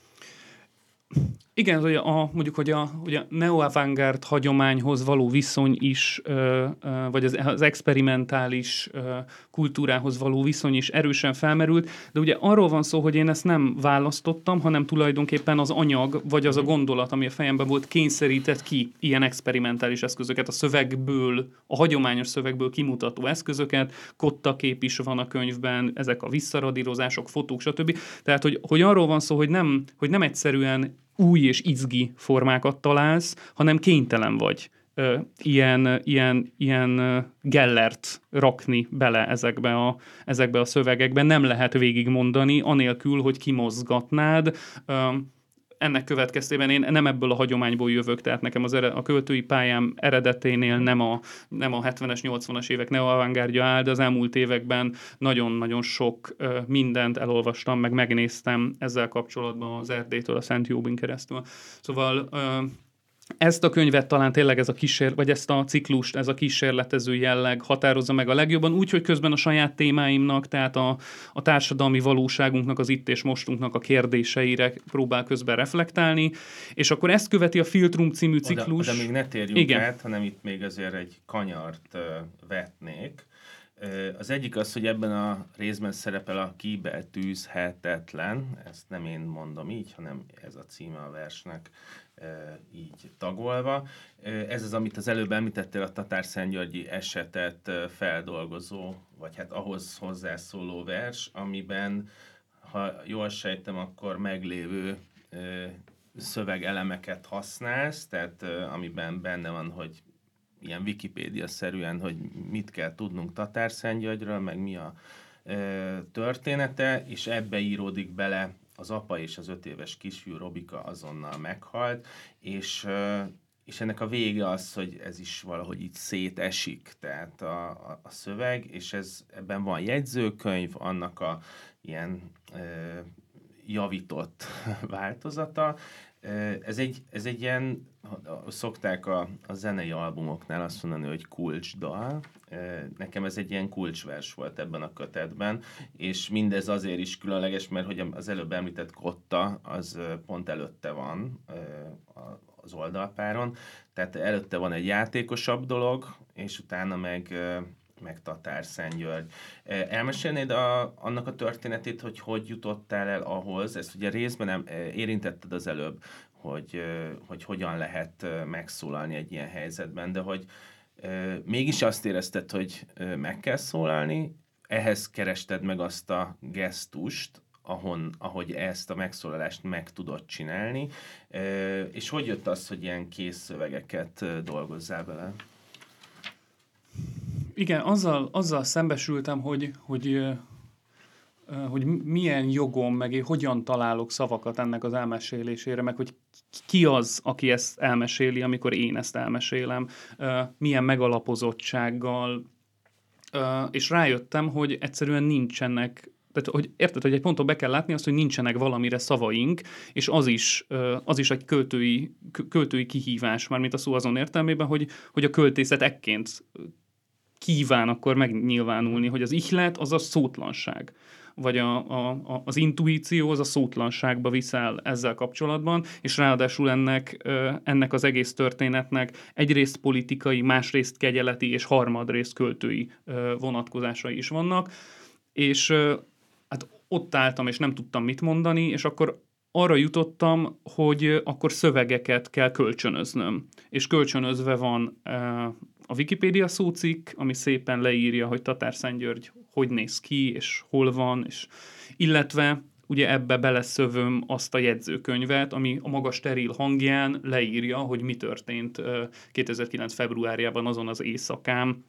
B: Igen, hogy a, mondjuk, hogy a, hogy a neo-avantgárd hagyományhoz való viszony is, ö, ö, vagy az, az experimentális ö, kultúrához való viszony is erősen felmerült, de ugye arról van szó, hogy én ezt nem választottam, hanem tulajdonképpen az anyag, vagy az a gondolat, ami a fejemben volt, kényszerített ki ilyen experimentális eszközöket, a szövegből, a hagyományos szövegből kimutató eszközöket, kottakép is van a könyvben, ezek a visszaradírozások, fotók, stb. Tehát, hogy, hogy arról van szó, hogy nem, hogy nem egyszerűen új és izgi formákat találsz, hanem kénytelen vagy ö, ilyen, ilyen, ilyen ö, gellert rakni bele ezekbe a, ezekbe a szövegekbe. Nem lehet végigmondani, anélkül, hogy kimozgatnád. Ö, ennek következtében én nem ebből a hagyományból jövök, tehát nekem az ered, a költői pályám eredeténél nem a, nem a hetvenes, nyolcvanas évek neo-avantgárdja áll, de az elmúlt években nagyon-nagyon sok ö, mindent elolvastam, meg megnéztem ezzel kapcsolatban az Erdélytől a Szent Jóbin keresztül. Szóval ö, ezt a könyvet talán tényleg ez a kísér, vagy ezt a ciklust, ez a kísérletező jelleg határozza meg a legjobban, úgy, hogy közben a saját témáimnak, tehát a, a társadalmi valóságunknak, az itt és mostunknak a kérdéseire próbál közben reflektálni, és akkor ezt követi a Filtrum című ciklus.
A: Oda, oda még ne térjünk
B: Igen.
A: át, hanem itt még azért egy kanyart uh, vetnék. Uh, az egyik az, hogy ebben a részben szerepel a kibetűzhetetlen, ezt nem én mondom így, hanem ez a címe a versnek, így tagolva. Ez az, amit az előbb említettél, a Tatárszentgyörgyi esetet feldolgozó, vagy hát ahhoz hozzászóló vers, amiben, ha jól sejtem, akkor meglévő szövegelemeket használsz, tehát amiben benne van, hogy ilyen Wikipédia-szerűen, hogy mit kell tudnunk Tatárszentgyörgyről, meg mi a története, és ebbe íródik bele az apa és az öt éves kisfiú Robika azonnal meghalt, és, és ennek a vége az, hogy ez is valahogy így szétesik, tehát a, a, a szöveg, és ez, ebben van jegyzőkönyv, annak a ilyen e, javított változata. Ez egy, ez egy ilyen, szokták a, a zenei albumoknál azt mondani, hogy kulcsdal. Nekem ez egy ilyen kulcsvers volt ebben a kötetben, és mindez azért is különleges, mert hogy az előbb említett kotta, az pont előtte van az oldalpáron, tehát előtte van egy játékosabb dolog, és utána meg meg Tatárszentgyörgy. Elmesélnéd a, annak a történetét, hogy hogy jutottál el ahhoz, ezt ugye részben nem, érintetted az előbb, hogy, hogy hogyan lehet megszólalni egy ilyen helyzetben, de hogy Mégis azt érezted, hogy meg kell szólalni, ehhez kerested meg azt a gesztust, ahon, ahogy ezt a megszólalást meg tudod csinálni, és hogy jött az, hogy ilyen kész szövegeket dolgozzál bele?
B: Igen, azzal, azzal szembesültem, hogy, hogy, hogy milyen jogom, meg én hogyan találok szavakat ennek az elmesélésére, meg hogy ki az, aki ezt elmeséli, amikor én ezt elmesélem, milyen megalapozottsággal, és rájöttem, hogy egyszerűen nincsenek, tehát, hogy érted, hogy egy ponton be kell látni azt, hogy nincsenek valamire szavaink, és az is, az is egy költői, költői kihívás, mármint a szó azon értelmében, hogy, hogy a költészet ekként kíván akkor megnyilvánulni, hogy az ihlet az a szótlanság, vagy a, a, az intuíció az a szótlanságba viszel ezzel kapcsolatban, és ráadásul ennek, ennek az egész történetnek egyrészt politikai, másrészt kegyeleti és harmadrészt költői vonatkozásai is vannak, és hát ott álltam, és nem tudtam mit mondani, és akkor arra jutottam, hogy akkor szövegeket kell kölcsönöznöm. És kölcsönözve van a Wikipédia szócikk, ami szépen leírja, hogy Tatárszentgyörgy hogy néz ki, és hol van, és illetve ugye ebbe beleszövöm azt a jegyzőkönyvet, ami a maga steril hangján leírja, hogy mi történt kétezer-kilenc februárjában azon az éjszakán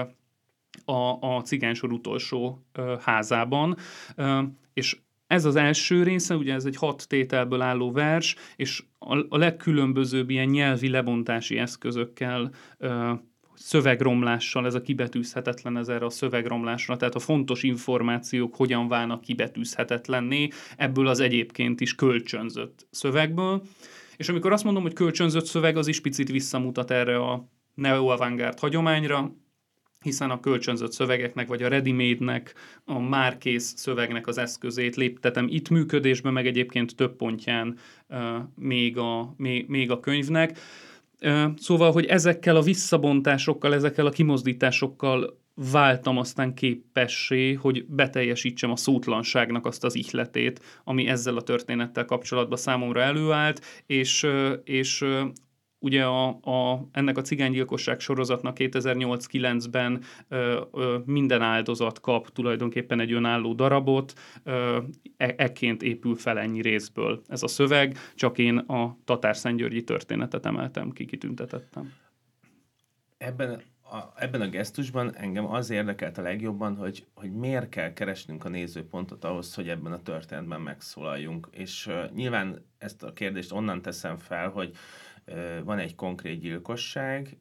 B: a, a cigánysor utolsó házában, és ez az első része, ugye ez egy hat tételből álló vers, és a, a legkülönbözőbb ilyen nyelvi lebontási eszközökkel, ö, szövegromlással, ez a kibetűzhetetlen, ez erre a szövegromlásra, tehát a fontos információk hogyan válnak kibetűzhetetlenné, ebből az egyébként is kölcsönzött szövegből. És amikor azt mondom, hogy kölcsönzött szöveg, az is picit visszamutat erre a neo-avantgárd hagyományra, hiszen a kölcsönzött szövegeknek, vagy a ready-made-nek, a már kész szövegnek az eszközét léptetem itt működésbe, meg egyébként több pontján uh, még, a, még, még a könyvnek. Uh, szóval, hogy ezekkel a visszabontásokkal, ezekkel a kimozdításokkal váltam aztán képessé, hogy beteljesítsem a szótlanságnak azt az ihletét, ami ezzel a történettel kapcsolatban számomra előállt, és, uh, és uh, ugye a, a, ennek a cigánygyilkosság sorozatnak kétezer-nyolc-kilencben ö, ö, minden áldozat kap tulajdonképpen egy önálló darabot, ö, e, ekként épül fel ennyi részből ez a szöveg, csak én a tatárszentgyörgyi történetet emeltem ki, kitüntetettem.
A: Ebben a, ebben a gesztusban engem az érdekelt a legjobban, hogy, hogy miért kell keresnünk a nézőpontot ahhoz, hogy ebben a történetben megszólaljunk. És uh, nyilván ezt a kérdést onnan teszem fel, hogy van egy konkrét gyilkosság,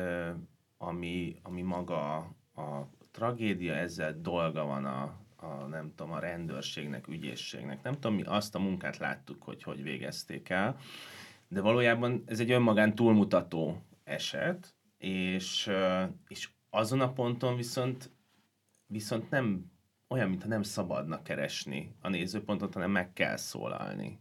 A: ami, ami maga a tragédia, ezzel dolga van a, a, nem tudom, a rendőrségnek, ügyészségnek. Nem tudom, mi azt a munkát láttuk, hogy hogy végezték el, de valójában ez egy önmagán túlmutató eset, és, és azon a ponton viszont, viszont nem olyan, mintha nem szabadna keresni a nézőpontot, hanem meg kell szólalni.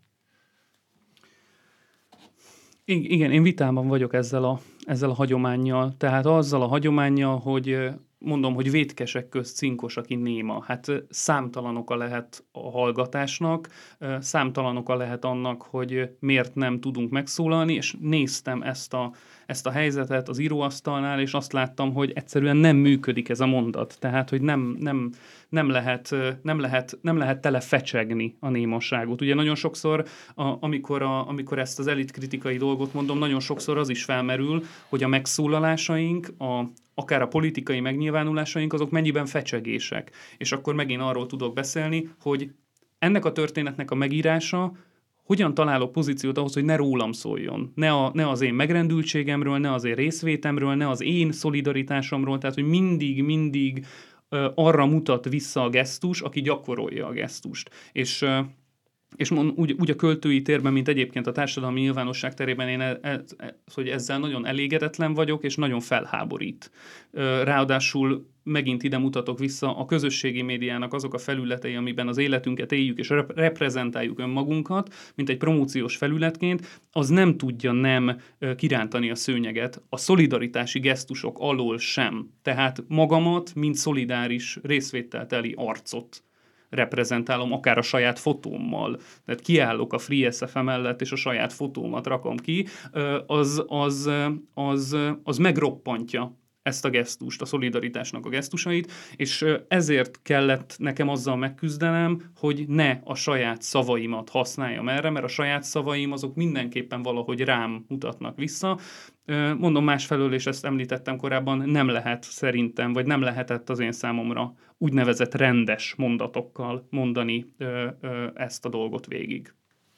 B: Igen, én vitában vagyok ezzel a, ezzel a hagyománnyal. Tehát azzal a hagyománnyal, hogy mondom, hogy vétkesek közt cinkos, aki néma. Hát számtalanok a lehet a hallgatásnak, számtalanok a lehet annak, hogy miért nem tudunk megszólalni, és néztem ezt a, ezt a helyzetet az íróasztalnál, és azt láttam, hogy egyszerűen nem működik ez a mondat. Tehát, hogy nem, nem, nem, lehet, nem, lehet, nem lehet tele fecsegni a némasságot. Ugye nagyon sokszor, a, amikor, a, amikor ezt az elitkritikai dolgot mondom, nagyon sokszor az is felmerül, hogy a megszólalásaink, a akár a politikai megnyilvánulásaink, azok mennyiben fecsegések. És akkor megint arról tudok beszélni, hogy ennek a történetnek a megírása hogyan találok pozíciót ahhoz, hogy ne rólam szóljon. Ne, a, ne az én megrendültségemről, ne az én részvétemről, ne az én szolidaritásomról, tehát hogy mindig, mindig uh, arra mutat vissza a gesztus, aki gyakorolja a gesztust. És uh, És mond, úgy, úgy a költői térben, mint egyébként a társadalmi nyilvánosság terében én e, e, hogy ezzel nagyon elégedetlen vagyok, és nagyon felháborít. Ráadásul megint ide mutatok vissza a közösségi médiának azok a felületei, amiben az életünket éljük, és rep- reprezentáljuk önmagunkat, mint egy promóciós felületként, az nem tudja nem kirántani a szőnyeget a szolidaritási gesztusok alól sem. Tehát magamat, mint szolidáris részvételteli arcot reprezentálom, akár a saját fotómmal. Tehát kiállok a Free es ef mellett, és a saját fotómat rakom ki, az, az, az, az megroppantja ezt a gesztust, a szolidaritásnak a gesztusait, és ezért kellett nekem azzal megküzdenem, hogy ne a saját szavaimat használjam erre, mert a saját szavaim azok mindenképpen valahogy rám mutatnak vissza. Mondom másfelől, és ezt említettem korábban, nem lehet szerintem, vagy nem lehetett az én számomra úgynevezett rendes mondatokkal mondani ö, ö, ezt a dolgot végig.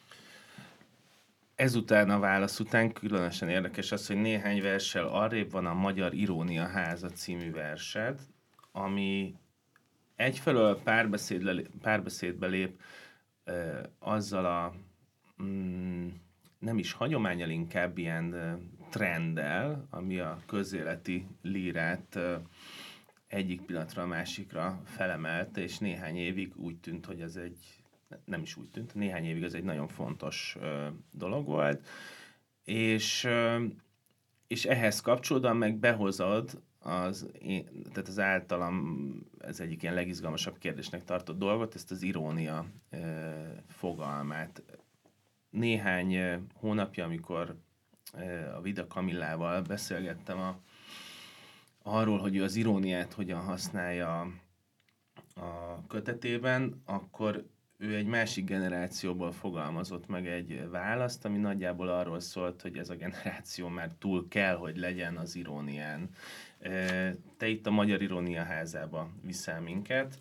A: Ezután a válasz után különösen érdekes az, hogy néhány verssel arrébb van a Magyar Irónia Háza című versed, ami egyfelől párbeszédbe, párbeszédbe lép e, azzal a mm, nem is hagyománnyal, inkább ilyen e, trenddel, ami a közéleti lírát e, egyik pillanatra a másikra felemelte, és néhány évig úgy tűnt, hogy ez egy nem is úgy tűnt, néhány évig ez egy nagyon fontos ö, dolog volt, és, ö, és ehhez kapcsolódóan meg behozod az, én, tehát az általam ez egyik ilyen legizgalmasabb kérdésnek tartott dolgot, ezt az irónia ö, fogalmát. Néhány ö, hónapja, amikor ö, a Vida Kamillával beszélgettem a, arról, hogy ő az iróniát hogyan használja a kötetében, akkor ő egy másik generációból fogalmazott meg egy választ, ami nagyjából arról szólt, hogy ez a generáció már túl kell, hogy legyen az irónián. Te itt a Magyar Irónia Házába viszel minket,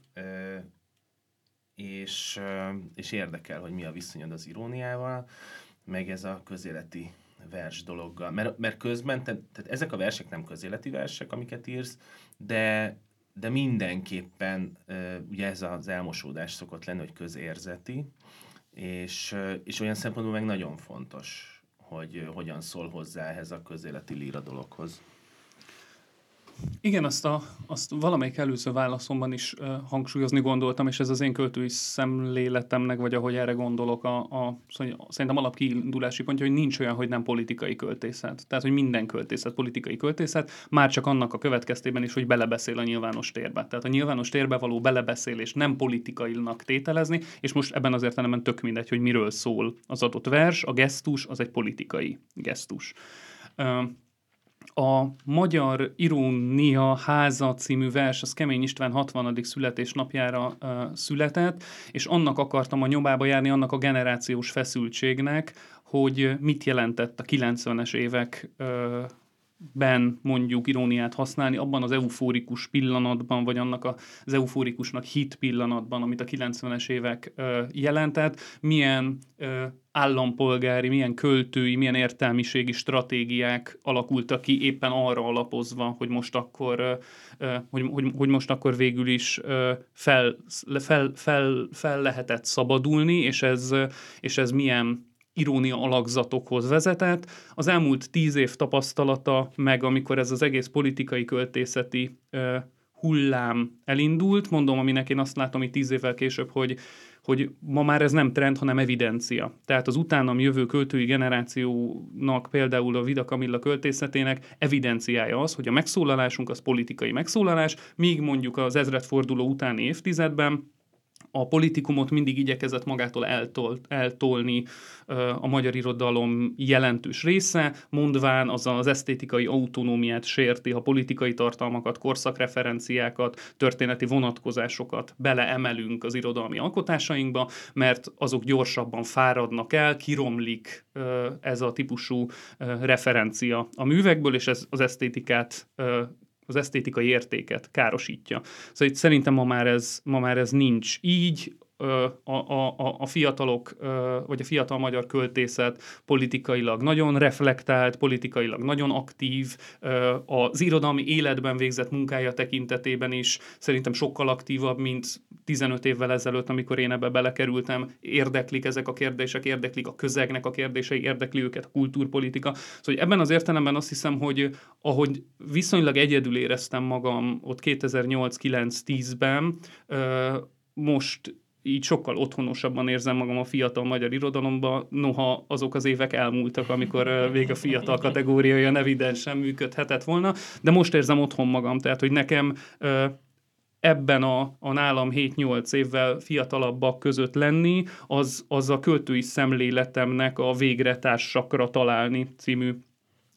A: és, és érdekel, hogy mi a viszonyod az iróniával, meg ez a közéleti vers dologgal. Mert, mert közben, te, tehát ezek a versek nem közéleti versek, amiket írsz, de de mindenképpen ugye ez az elmosódás szokott lenni, hogy közérzeti, és, és olyan szempontból meg nagyon fontos, hogy hogyan szól hozzá ehhez a közéleti líra dologhoz.
B: Igen, azt, a, azt valamelyik előző válaszomban is uh, hangsúlyozni gondoltam, és ez az én költői szemléletemnek, vagy ahogy erre gondolok, a, a, szóval szerintem alapkiindulási pontja, hogy nincs olyan, hogy nem politikai költészet. Tehát, hogy minden költészet politikai költészet, már csak annak a következtében is, hogy belebeszél a nyilvános térbe. Tehát a nyilvános térbe való belebeszélés nem politikainak tételezni, és most ebben az értelemben tök mindegy, hogy miről szól az adott vers, a gesztus az egy politikai gesztus. Uh, A Magyar Irónia Háza című vers, az Kemény István hatvanadik születésnapjára uh, született, és annak akartam a nyomába járni, annak a generációs feszültségnek, hogy mit jelentett a kilencvenes évek uh, ben mondjuk iróniát használni, abban az eufórikus pillanatban, vagy annak az eufórikusnak hit pillanatban, amit a kilencvenes évek ö, jelentett, milyen ö, állampolgári, milyen költői, milyen értelmiségi stratégiák alakultak ki éppen arra alapozva, hogy most akkor, ö, ö, hogy, hogy, hogy most akkor végül is ö, fel, fel, fel, fel lehetett szabadulni, és ez, és ez milyen irónia alakzatokhoz vezetett. Az elmúlt tíz év tapasztalata, meg amikor ez az egész politikai költészeti uh, hullám elindult, mondom, aminek én azt látom, hogy tíz évvel később, hogy, hogy ma már ez nem trend, hanem evidencia. Tehát az utánam jövő költői generációnak, például a Vida Kamilla költészetének evidenciája az, hogy a megszólalásunk az politikai megszólalás, míg mondjuk az ezredforduló utáni évtizedben a politikumot mindig igyekezett magától eltol, eltolni uh, a magyar irodalom jelentős része, mondván az az esztétikai autonómiát sérti, ha politikai tartalmakat, korszakreferenciákat, történeti vonatkozásokat beleemelünk az irodalmi alkotásainkba, mert azok gyorsabban fáradnak el, kiromlik uh, ez a típusú uh, referencia a művekből, és ez az esztétikát uh, az esztétikai értéket károsítja. Szóval itt szerintem ma már ez, ma már ez nincs így. A, a, a fiatalok, vagy a fiatal magyar költészet politikailag nagyon reflektált, politikailag nagyon aktív, az irodalmi életben végzett munkája tekintetében is szerintem sokkal aktívabb, mint tizenöt évvel ezelőtt, amikor én ebbe belekerültem. Érdeklik ezek a kérdések, érdeklik a közegnek a kérdései, érdekli őket a kultúrpolitika. Szóval ebben az értelemben azt hiszem, hogy ahogy viszonylag egyedül éreztem magam ott kétezer-nyolc kilenc tízben, most így sokkal otthonosabban érzem magam a fiatal magyar irodalomban, noha azok az évek elmúltak, amikor még a fiatal kategóriája evidensen működhetett volna, de most érzem otthon magam, tehát hogy nekem ebben a, a nálam hét-nyolc évvel fiatalabbak között lenni, az, az a költői szemléletemnek a végre társakra találni című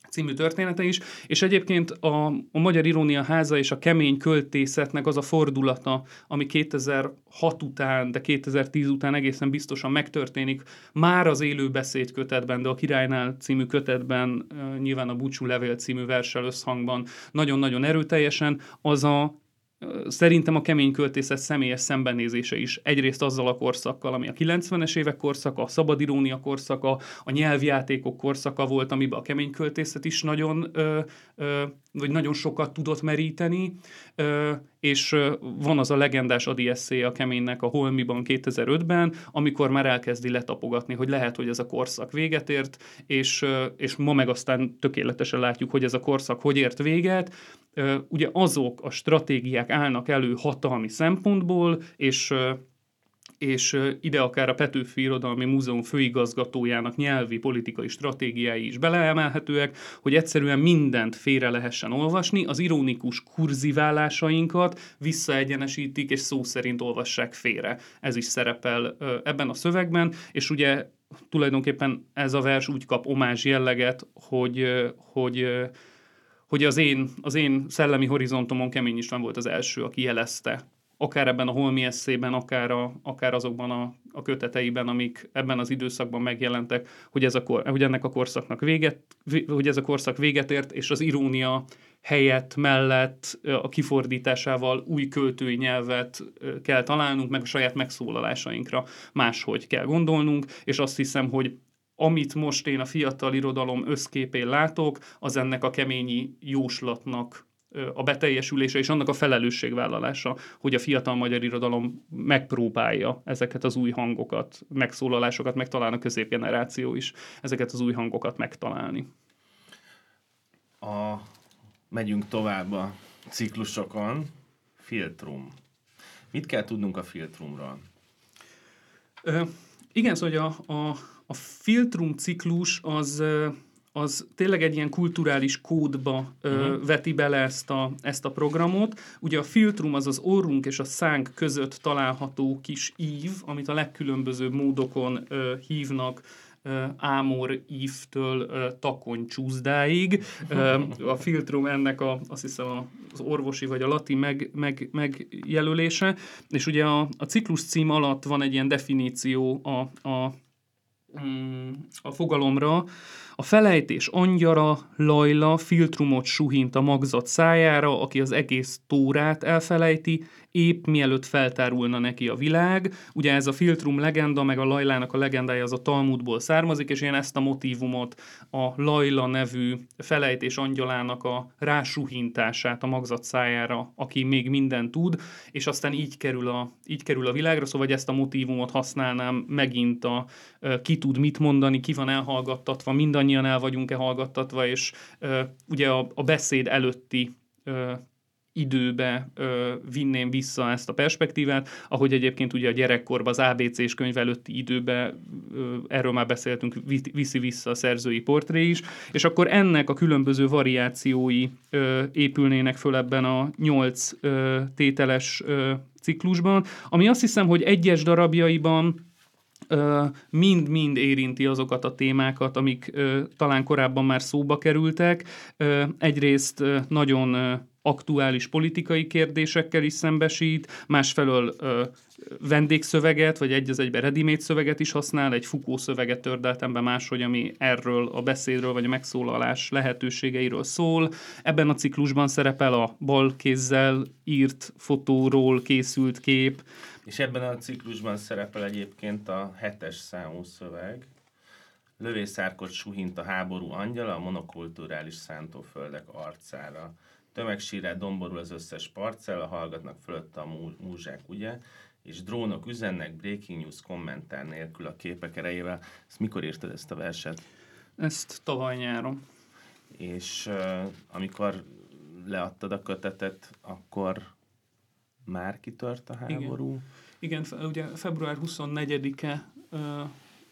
B: című története is, és egyébként a, a Magyar Irónia Háza és a kemény költészetnek az a fordulata, ami kétezer-hat után, de kétezer-tíz után egészen biztosan megtörténik, már az élő beszéd kötetben, de a Királynál című kötetben, nyilván a Búcsú levél című verssel összhangban nagyon-nagyon erőteljesen, az a szerintem a kemény költészet személyes szembenézése is. Egyrészt azzal a korszakkal, ami a kilencvenes évek korszaka, a szabadirónia korszaka, a nyelvjátékok korszaka volt, amiben a kemény költészet is nagyon, ö, ö, vagy nagyon sokat tudott meríteni, ö, és van az a legendás Ady esszé a Keménynek a Holmiban kétezer-ötben, amikor már elkezdi letapogatni, hogy lehet, hogy ez a korszak véget ért, és, és ma meg aztán tökéletesen látjuk, hogy ez a korszak hogy ért véget. Ugye azok a stratégiák állnak elő hatalmi szempontból, és, és ide akár a Petőfi Irodalmi Múzeum főigazgatójának nyelvi politikai stratégiái is beleemelhetőek, hogy egyszerűen mindent félre lehessen olvasni, az ironikus kurziválásainkat visszaegyenesítik, és szó szerint olvassák félre. Ez is szerepel ebben a szövegben, és ugye tulajdonképpen ez a vers úgy kap omázs jelleget, hogy, hogy hogy az én, az én szellemi horizontomon Kemény István volt az első, aki jelezte, akár ebben a Holmi esszében, akár, a, akár azokban a, a köteteiben, amik ebben az időszakban megjelentek, hogy, ez a kor, hogy ennek a korszaknak véget, hogy ez a korszak véget ért, és az irónia helyett, mellett a kifordításával új költői nyelvet kell találnunk, meg a saját megszólalásainkra máshogy kell gondolnunk, és azt hiszem, hogy amit most én a fiatal irodalom összképén látok, az ennek a keményi jóslatnak a beteljesülése és annak a felelősségvállalása, hogy a fiatal magyar irodalom megpróbálja ezeket az új hangokat, megszólalásokat, meg talán a középgeneráció is ezeket az új hangokat megtalálni.
A: A, megyünk tovább a ciklusokon. Filtrum. Mit kell tudnunk a filtrumról?
B: Ö, igen, szóval a, a A filtrum ciklus az, az tényleg egy ilyen kulturális kódba uh-huh. veti bele ezt a, ezt a programot. Ugye a filtrum az az orrunk és a szánk között található kis ív, amit a legkülönbözőbb módokon uh, hívnak, uh, ámor ívtől uh, takony csúszdáig. Uh, a filtrum ennek a, azt hiszem az orvosi vagy a latin meg, meg, megjelölése. És ugye a, a ciklus cím alatt van egy ilyen definíció a, a a fogalomra. A felejtés angyara, Lajla filtrumot suhint a magzat szájára, aki az egész Tórát elfelejti, épp mielőtt feltárulna neki a világ. Ugye ez a filtrum legenda, meg a Lajlának a legendája az a Talmudból származik, és én ezt a motívumot, a Lajla nevű felejtés angyalának a rásuhintását a magzat szájára, aki még mindent tud, és aztán így kerül a, így kerül a világra, szóval ezt a motívumot használnám megint a ki tud mit mondani, ki van elhallgattatva, mindannyian el vagyunk-e hallgattatva, és ugye a, a beszéd előtti időbe ö, vinném vissza ezt a perspektívát, ahogy egyébként ugye a gyerekkorban az á bé cés könyv előtti időbe, ö, erről már beszéltünk, viszi vissza a szerzői portré is, és akkor ennek a különböző variációi ö, épülnének föl ebben a nyolc ö, tételes ö, ciklusban, ami azt hiszem, hogy egyes darabjaiban mind-mind érinti azokat a témákat, amik ö, talán korábban már szóba kerültek. Ö, egyrészt ö, nagyon ö, aktuális politikai kérdésekkel is szembesít, másfelől ö, vendégszöveget, vagy egy az egyben ready-made szöveget is használ, egy Foucault szöveget tördeltem be máshogy, ami erről a beszédről, vagy a megszólalás lehetőségeiről szól. Ebben a ciklusban szerepel a bal kézzel írt fotóról készült kép.
A: És ebben a ciklusban szerepel egyébként a hetes számú szöveg. Lövészárkot suhint a háború angyala a monokulturális szántóföldek arcára. Tömegsírrel domborul az összes parcella, hallgatnak fölötte a múzsák, ugye? És drónok üzennek, breaking news kommentár nélkül a képek erejével. Ezt mikor írtad ezt a verset?
B: Ezt tavaly nyáron.
A: És uh, amikor leadtad a kötetet, akkor már kitört a háború?
B: Igen, Igen, ugye február huszonnegyedike uh,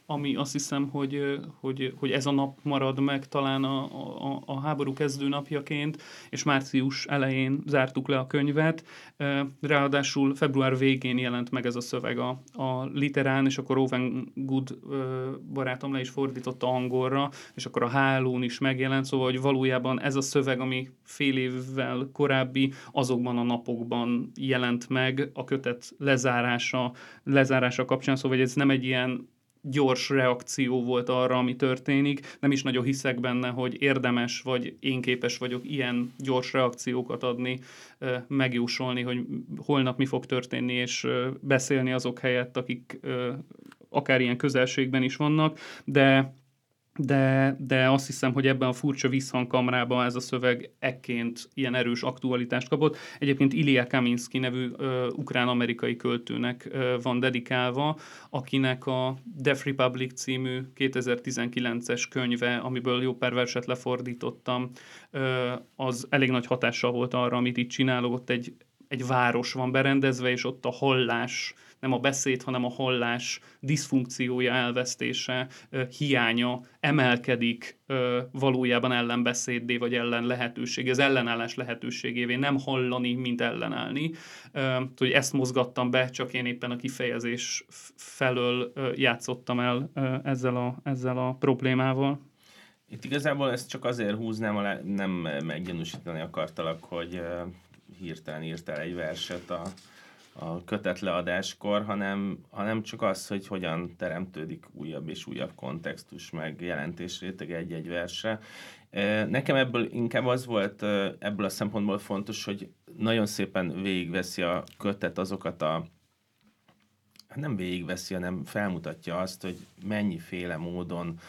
B: ami azt hiszem, hogy, hogy, hogy ez a nap marad meg talán a, a, a háború kezdő napjaként, és március elején zártuk le a könyvet. Ráadásul február végén jelent meg ez a szöveg a, a literán, és akkor Owen Good barátom le is fordította angolra, és akkor a há el ó-n is megjelent, szóval hogy valójában ez a szöveg, ami fél évvel korábbi, azokban a napokban jelent meg a kötet lezárása, lezárása kapcsán, szóval hogy ez nem egy ilyen gyors reakció volt arra, ami történik. Nem is nagyon hiszek benne, hogy érdemes, vagy én képes vagyok ilyen gyors reakciókat adni, megjósolni, hogy holnap mi fog történni, és beszélni azok helyett, akik akár ilyen közelségben is vannak, de De, de azt hiszem, hogy ebben a furcsa visszhangkamrában ez a szöveg ekként ilyen erős aktualitást kapott. Egyébként Ilya Kaminski nevű ö, ukrán-amerikai költőnek ö, van dedikálva, akinek a Death Republic című kétezer-tizenkilences könyve, amiből jó pár verset lefordítottam, ö, az elég nagy hatással volt arra, amit itt csinálok. Ott egy, egy város van berendezve, és ott a hallás, nem a beszéd, hanem a hallás diszfunkciója, elvesztése, hiánya emelkedik valójában ellenbeszéddé, vagy ellen lehetőség, az ellenállás lehetőségévé, nem hallani, mint ellenállni. Hogy ezt mozgattam be, csak én éppen a kifejezés felől játszottam el ezzel a, ezzel a problémával.
A: Itt igazából ezt csak azért húznám alá, nem meggyanúsítani akartalak, hogy hirtelen írtál egy verset a a kötetleadáskor, hanem, hanem csak az, hogy hogyan teremtődik újabb és újabb kontextus, meg jelentésréteg egy-egy versre. Nekem ebből inkább az volt ebből a szempontból fontos, hogy nagyon szépen végigveszi a kötet azokat a, hát nem végigveszi, hanem felmutatja azt, hogy mennyiféle módon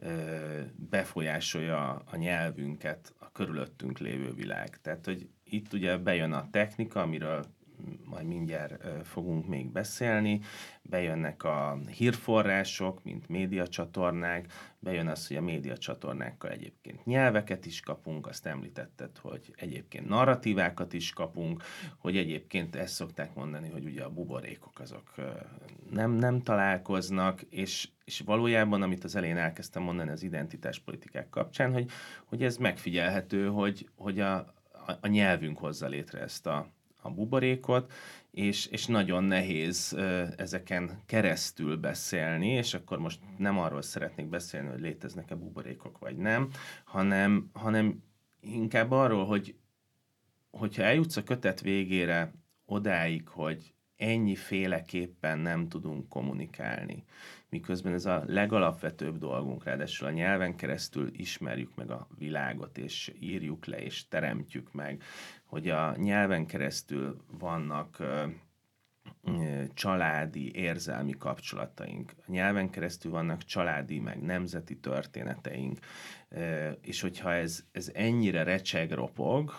A: befolyásolja a nyelvünket a körülöttünk lévő világ. Tehát, hogy itt ugye bejön a technika, amiről majd mindjárt fogunk még beszélni, bejönnek a hírforrások, mint médiacsatornák, bejön az, hogy a médiacsatornákkal egyébként nyelveket is kapunk, azt említetted, hogy egyébként narratívákat is kapunk, hogy egyébként ezt szokták mondani, hogy ugye a buborékok azok nem, nem találkoznak, és, és valójában, amit az elején elkezdtem mondani az identitáspolitikák kapcsán, hogy, hogy ez megfigyelhető, hogy, hogy a, a, a nyelvünk hozza létre ezt a a buborékot, és, és nagyon nehéz uh, ezeken keresztül beszélni, és akkor most nem arról szeretnék beszélni, hogy léteznek-e buborékok, vagy nem, hanem, hanem inkább arról, hogy hogyha eljutsz a kötet végére odáig, hogy ennyiféleképpen nem tudunk kommunikálni, miközben ez a legalapvetőbb dolgunk, ráadásul a nyelven keresztül ismerjük meg a világot, és írjuk le, és teremtjük meg, hogy a nyelven keresztül vannak ö, ö, családi, érzelmi kapcsolataink, a nyelven keresztül vannak családi, meg nemzeti történeteink, ö, és hogyha ez, ez ennyire recseg-ropog,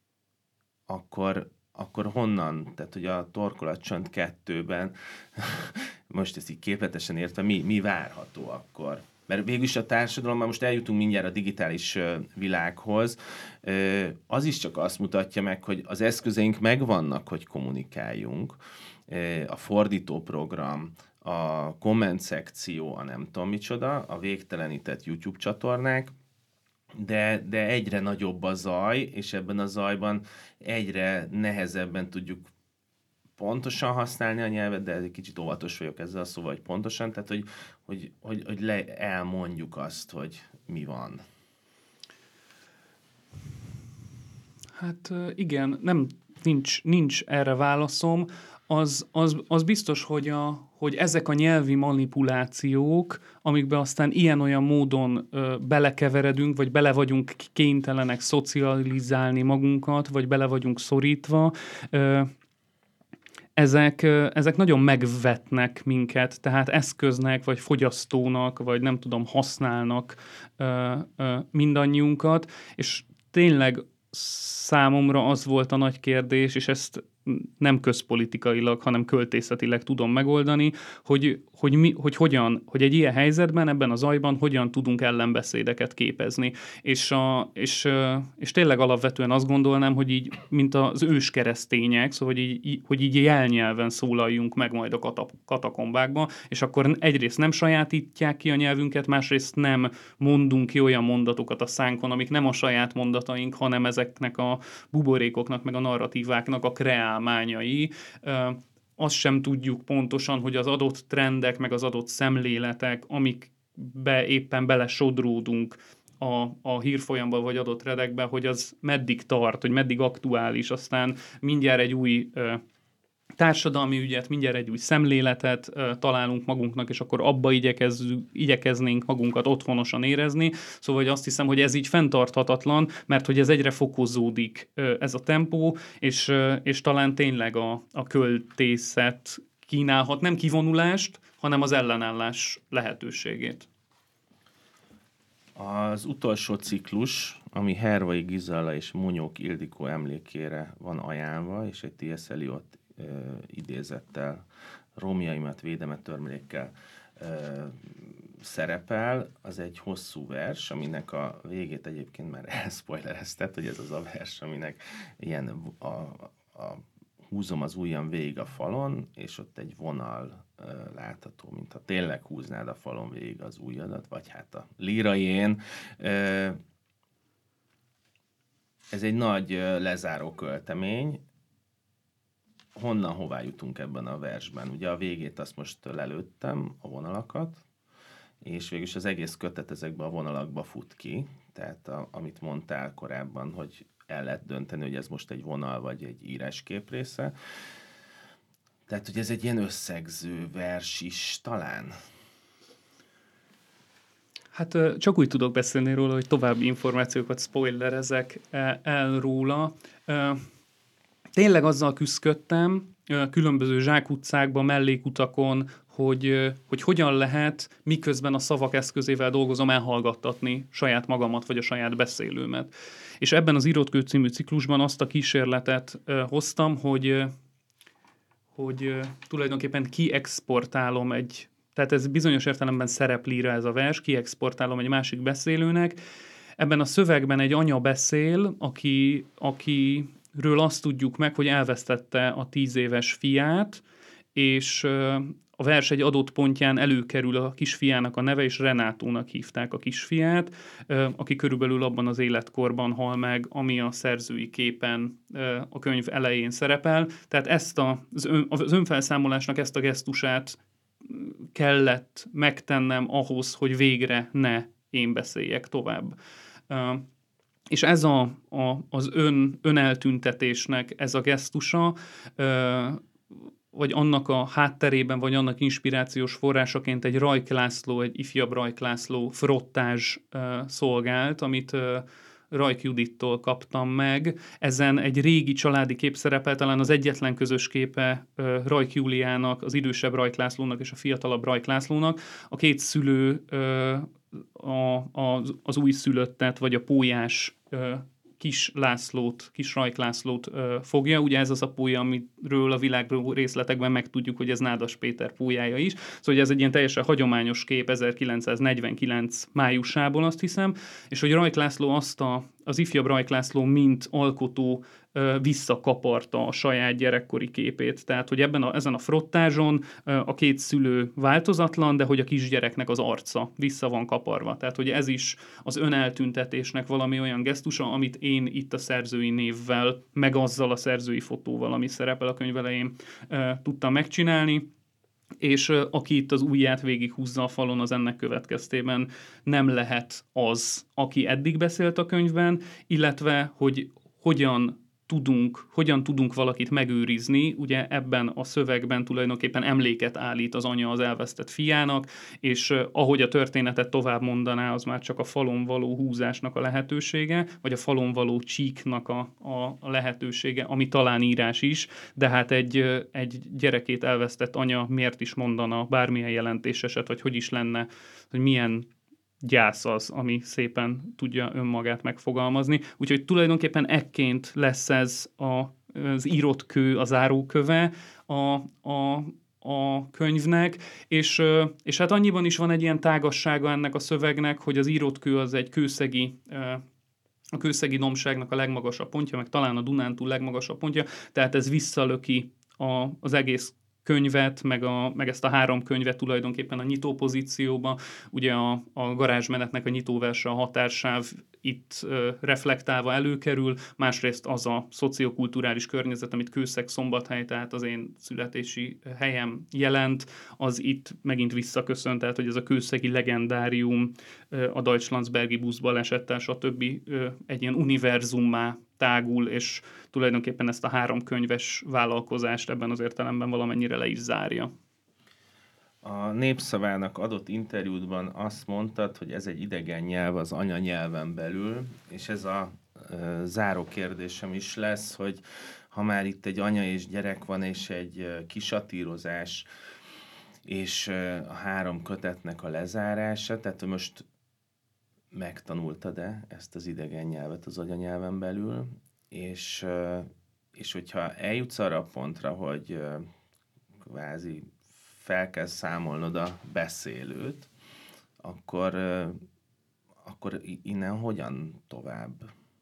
A: akkor akkor honnan, tehát hogy a Torkolatcsont kettőben, most ezt így képletesen értve, mi, mi várható akkor? Mert végülis a társadalomban most eljutunk mindjárt a digitális világhoz, az is csak azt mutatja meg, hogy az eszközeink megvannak, hogy kommunikáljunk, a fordítóprogram, a komment szekció, a nem tudom micsoda, a végtelenített YouTube csatornák, De, de egyre nagyobb a zaj, és ebben a zajban egyre nehezebben tudjuk pontosan használni a nyelvet, de egy kicsit óvatos vagyok ezzel a szóval, hogy pontosan, tehát hogy, hogy, hogy, hogy le, elmondjuk azt, hogy mi van.
B: Hát igen, nem, nincs, nincs erre válaszom. Az, az, az biztos, hogy, a, hogy ezek a nyelvi manipulációk, amikbe aztán ilyen-olyan módon ö, belekeveredünk, vagy bele vagyunk kénytelenek szocializálni magunkat, vagy bele vagyunk szorítva, ö, ezek, ö, ezek nagyon megvetnek minket, tehát eszköznek, vagy fogyasztónak, vagy nem tudom, használnak ö, ö, mindannyiunkat, és tényleg számomra az volt a nagy kérdés, és ezt nem közpolitikailag, hanem költészetileg tudom megoldani, hogy, hogy, mi, hogy hogyan, hogy egy ilyen helyzetben, ebben a zajban hogyan tudunk ellenbeszédeket képezni. És, a, és, és tényleg alapvetően azt gondolnám, hogy így, mint az ős keresztények, szóval hogy így, hogy így jelnyelven szólaljunk meg majd a katakombákban, és akkor egyrészt nem sajátítják ki a nyelvünket, másrészt nem mondunk ki olyan mondatokat a szánkon, amik nem a saját mondataink, hanem ezeknek a buborékoknak, meg a narratíváknak a kreálmányai. Azt sem tudjuk pontosan, hogy az adott trendek, meg az adott szemléletek, amikbe éppen belesodródunk a, a hírfolyamba vagy adott redekbe, hogy az meddig tart, hogy meddig aktuális, aztán mindjárt egy új társadalmi ügyet, mindjárt egy új szemléletet uh, találunk magunknak, és akkor abba igyekeznénk magunkat otthonosan érezni. Szóval hogy azt hiszem, hogy ez így fenntarthatatlan, mert hogy ez egyre fokozódik uh, ez a tempó, és, uh, és talán tényleg a, a költészet kínálhat nem kivonulást, hanem az ellenállás lehetőségét.
A: Az utolsó ciklus, ami Hervai Gizella és Munyók Ildikó emlékére van ajánlva, és egy té es. Eliot uh, idézettel, Rómjaimat védemet törmelékkel uh, szerepel, az egy hosszú vers, aminek a végét egyébként már elszpoilerezted, hogy ez az a vers, aminek ilyen a, a húzom az ujjam végig a falon, és ott egy vonal uh, látható, mintha tényleg húznád a falon végig az ujjadat, vagy hát a líraién. Uh, ez egy nagy uh, lezáró költemény. Honnan, hová jutunk ebben a versben? Ugye a végét azt most lelőttem, a vonalakat, és végülis az egész kötet ezekbe a vonalakba fut ki, tehát a, amit mondtál korábban, hogy el lehet dönteni, hogy ez most egy vonal, vagy egy íráskép része. Tehát, hogy ez egy ilyen összegző vers is talán.
B: Hát csak úgy tudok beszélni róla, hogy további információkat spoilerezek el róla. Tényleg azzal küzdködtem, különböző zsákutcákban, mellékutakon, hogy, hogy hogyan lehet, miközben a szavak eszközével dolgozom, elhallgattatni saját magamat, vagy a saját beszélőmet. És ebben az Írótkő című ciklusban azt a kísérletet hoztam, hogy, hogy tulajdonképpen kiexportálom egy, tehát ez bizonyos értelemben szereplíra ez a vers, kiexportálom egy másik beszélőnek. Ebben a szövegben egy anya beszél, aki, aki ről azt tudjuk meg, hogy elvesztette a tíz éves fiát, és a vers egy adott pontján előkerül a kisfiának a neve, és Renátónak hívták a kisfiát, aki körülbelül abban az életkorban hal meg, ami a szerzői képen a könyv elején szerepel. Tehát ezt a, az, ön, az önfelszámolásnak ezt a gesztusát kellett megtennem ahhoz, hogy végre ne én beszéljek tovább. És ez a, a, az ön, öneltüntetésnek ez a gesztusa, vagy annak a hátterében, vagy annak inspirációs forrásaként egy Rajk László, egy ifjabb Rajk László frottázs szolgált, amit Rajk Judittól kaptam meg. Ezen egy régi családi kép szerepel, talán az egyetlen közös képe Rajk Júliának, az idősebb Rajk Lászlónak és a fiatalabb Rajk Lászlónak. A két szülő a, a, az újszülöttet, vagy a pólyás kis Lászlót, kis Rajk Lászlót ö, fogja. Ugye ez az a pólya, amiről a világról részletekben megtudjuk, hogy ez Nádas Péter pólyája is. Szóval ez egy ilyen teljesen hagyományos kép ezerkilencszáznegyvenkilenc májusában, azt hiszem, és hogy Rajk László azt a, az ifjabb Rajk László mint alkotó ö, visszakaparta a saját gyerekkori képét. Tehát, hogy ebben a, ezen a frottázson ö, a két szülő változatlan, de hogy a kisgyereknek az arca vissza van kaparva. Tehát, hogy ez is az öneltüntetésnek valami olyan gesztusa, amit én itt a szerzői névvel, meg azzal a szerzői fotóval, ami szerepel a könyv elején, tudtam megcsinálni, és aki itt az ujját végighúzza a falon, az ennek következtében nem lehet az, aki eddig beszélt a könyvben, illetve, hogy hogyan tudunk, hogyan tudunk valakit megőrizni, ugye ebben a szövegben tulajdonképpen emléket állít az anya az elvesztett fiának, és uh, ahogy a történetet tovább mondaná, az már csak a falon való húzásnak a lehetősége, vagy a falon való csíknak a, a, a lehetősége, ami talán írás is, de hát egy, uh, egy gyerekét elvesztett anya miért is mondana bármilyen jelentéseset, vagy hogy is lenne, hogy milyen gyász az, ami szépen tudja önmagát megfogalmazni. Úgyhogy tulajdonképpen ekként lesz ez a az írott kő, a záróköve a, a, a könyvnek, és, és hát annyiban is van egy ilyen tágassága ennek a szövegnek, hogy az írott kő az egy kőszegi a kőszegi dombságnak a legmagasabb pontja, meg talán a Dunántúl legmagasabb pontja, tehát ez visszalöki a, az egész könyvet, meg, a, meg ezt a három könyvet tulajdonképpen a nyitó pozícióba. Ugye a, a garázsmenetnek a nyitóverse, a határsáv itt ö, reflektálva előkerül, másrészt az a szociokulturális környezet, amit Kőszeg-Szombathely, tehát az én születési helyem jelent, az itt megint visszaköszön, tehát hogy ez a kőszegi legendárium, ö, a Deutschlandsbergi buszbalesettel, stb. Ö, egy ilyen univerzummá tágul, és tulajdonképpen ezt a három könyves vállalkozást ebben az értelemben valamennyire le is zárja.
A: A Népszavának adott interjúdban azt mondtad, hogy ez egy idegen nyelv az anyanyelven belül, és ez a e, záró kérdésem is lesz, hogy ha már itt egy anya és gyerek van, és egy e, kisatírozás, és e, a három kötetnek a lezárása, tehát most megtanultad-e ezt az idegen nyelvet az anyanyelven belül, és, e, és hogyha eljutsz arra a pontra, hogy e, kvázi fel kell számolnod a beszélőt, akkor, akkor innen hogyan tovább?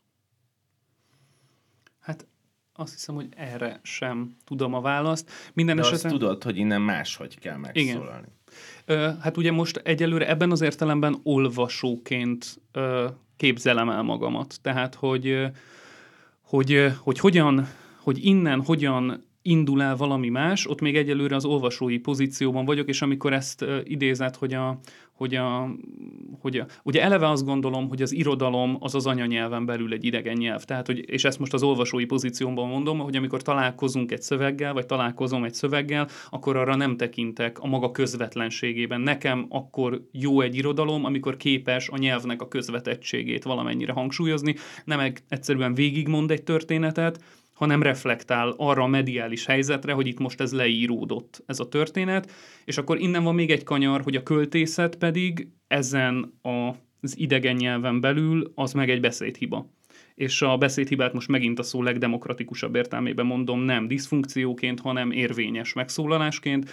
B: Hát azt hiszem, hogy erre sem tudom a választ. Minden
A: De
B: esetben...
A: azt tudod, hogy innen máshogy kell megszólalni.
B: Igen. Hát ugye most egyelőre ebben az értelemben olvasóként képzelem el magamat. Tehát, hogy, hogy, hogy hogyan, hogy innen hogyan indul el valami más, ott még egyelőre az olvasói pozícióban vagyok, és amikor ezt uh, idézett, hogy a, hogy a, hogy a, ugye eleve azt gondolom, hogy az irodalom az az anyanyelven belül egy idegen nyelv. Tehát, hogy, és ezt most az olvasói pozícióban mondom, hogy amikor találkozunk egy szöveggel, vagy találkozom egy szöveggel, akkor arra nem tekintek a maga közvetlenségében. Nekem akkor jó egy irodalom, amikor képes a nyelvnek a közvetettségét valamennyire hangsúlyozni, nem egyszerűen végigmond egy történetet, hanem reflektál arra a mediális helyzetre, hogy itt most ez leíródott, ez a történet, és akkor innen van még egy kanyar, hogy a költészet pedig ezen a, az idegen nyelven belül az meg egy beszédhiba. És a beszédhibát most megint a szó legdemokratikusabb értelmében mondom, nem diszfunkcióként, hanem érvényes megszólalásként,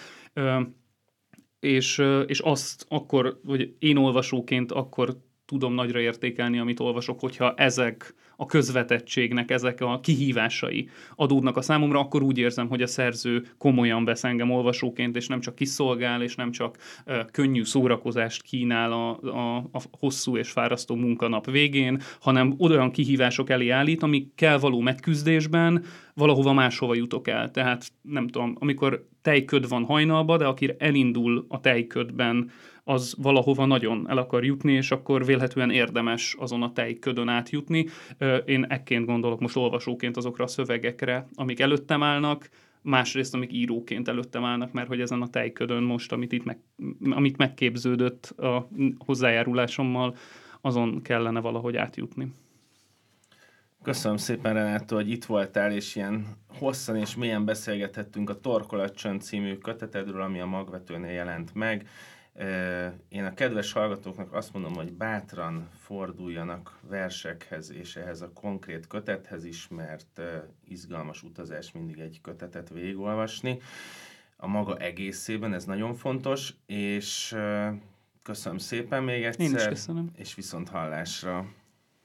B: és, és azt akkor, vagy én olvasóként akkor tudom nagyra értékelni, amit olvasok, hogyha ezek a közvetettségnek, ezek a kihívásai adódnak a számomra, akkor úgy érzem, hogy a szerző komolyan vesz engem olvasóként, és nem csak kiszolgál, és nem csak uh, könnyű szórakozást kínál a, a, a hosszú és fárasztó munkanap végén, hanem olyan kihívások elé állít, amikkel való megküzdésben valahova máshova jutok el. Tehát nem tudom, amikor tejköd van hajnalba, de aki elindul a tejködben, az valahova nagyon el akar jutni, és akkor vélhetően érdemes azon a tejködön átjutni. Én ekként gondolok most olvasóként azokra a szövegekre, amik előttem állnak, másrészt, amik íróként előttem állnak, mert hogy ezen a tejködön most, amit itt meg, amit megképződött a hozzájárulásommal, azon kellene valahogy átjutni.
A: Köszönöm szépen, Renátó, hogy itt voltál, és ilyen hosszan és mélyen beszélgethettünk a Torkolatcsönd című kötetedről, ami a Magvetőnél jelent meg. Én a kedves hallgatóknak azt mondom, hogy bátran forduljanak versekhez és ehhez a konkrét kötethez is, mert izgalmas utazás mindig egy kötetet végigolvasni. A maga egészében ez nagyon fontos, és köszönöm szépen még egyszer,
B: Én is köszönöm.
A: És viszont hallásra.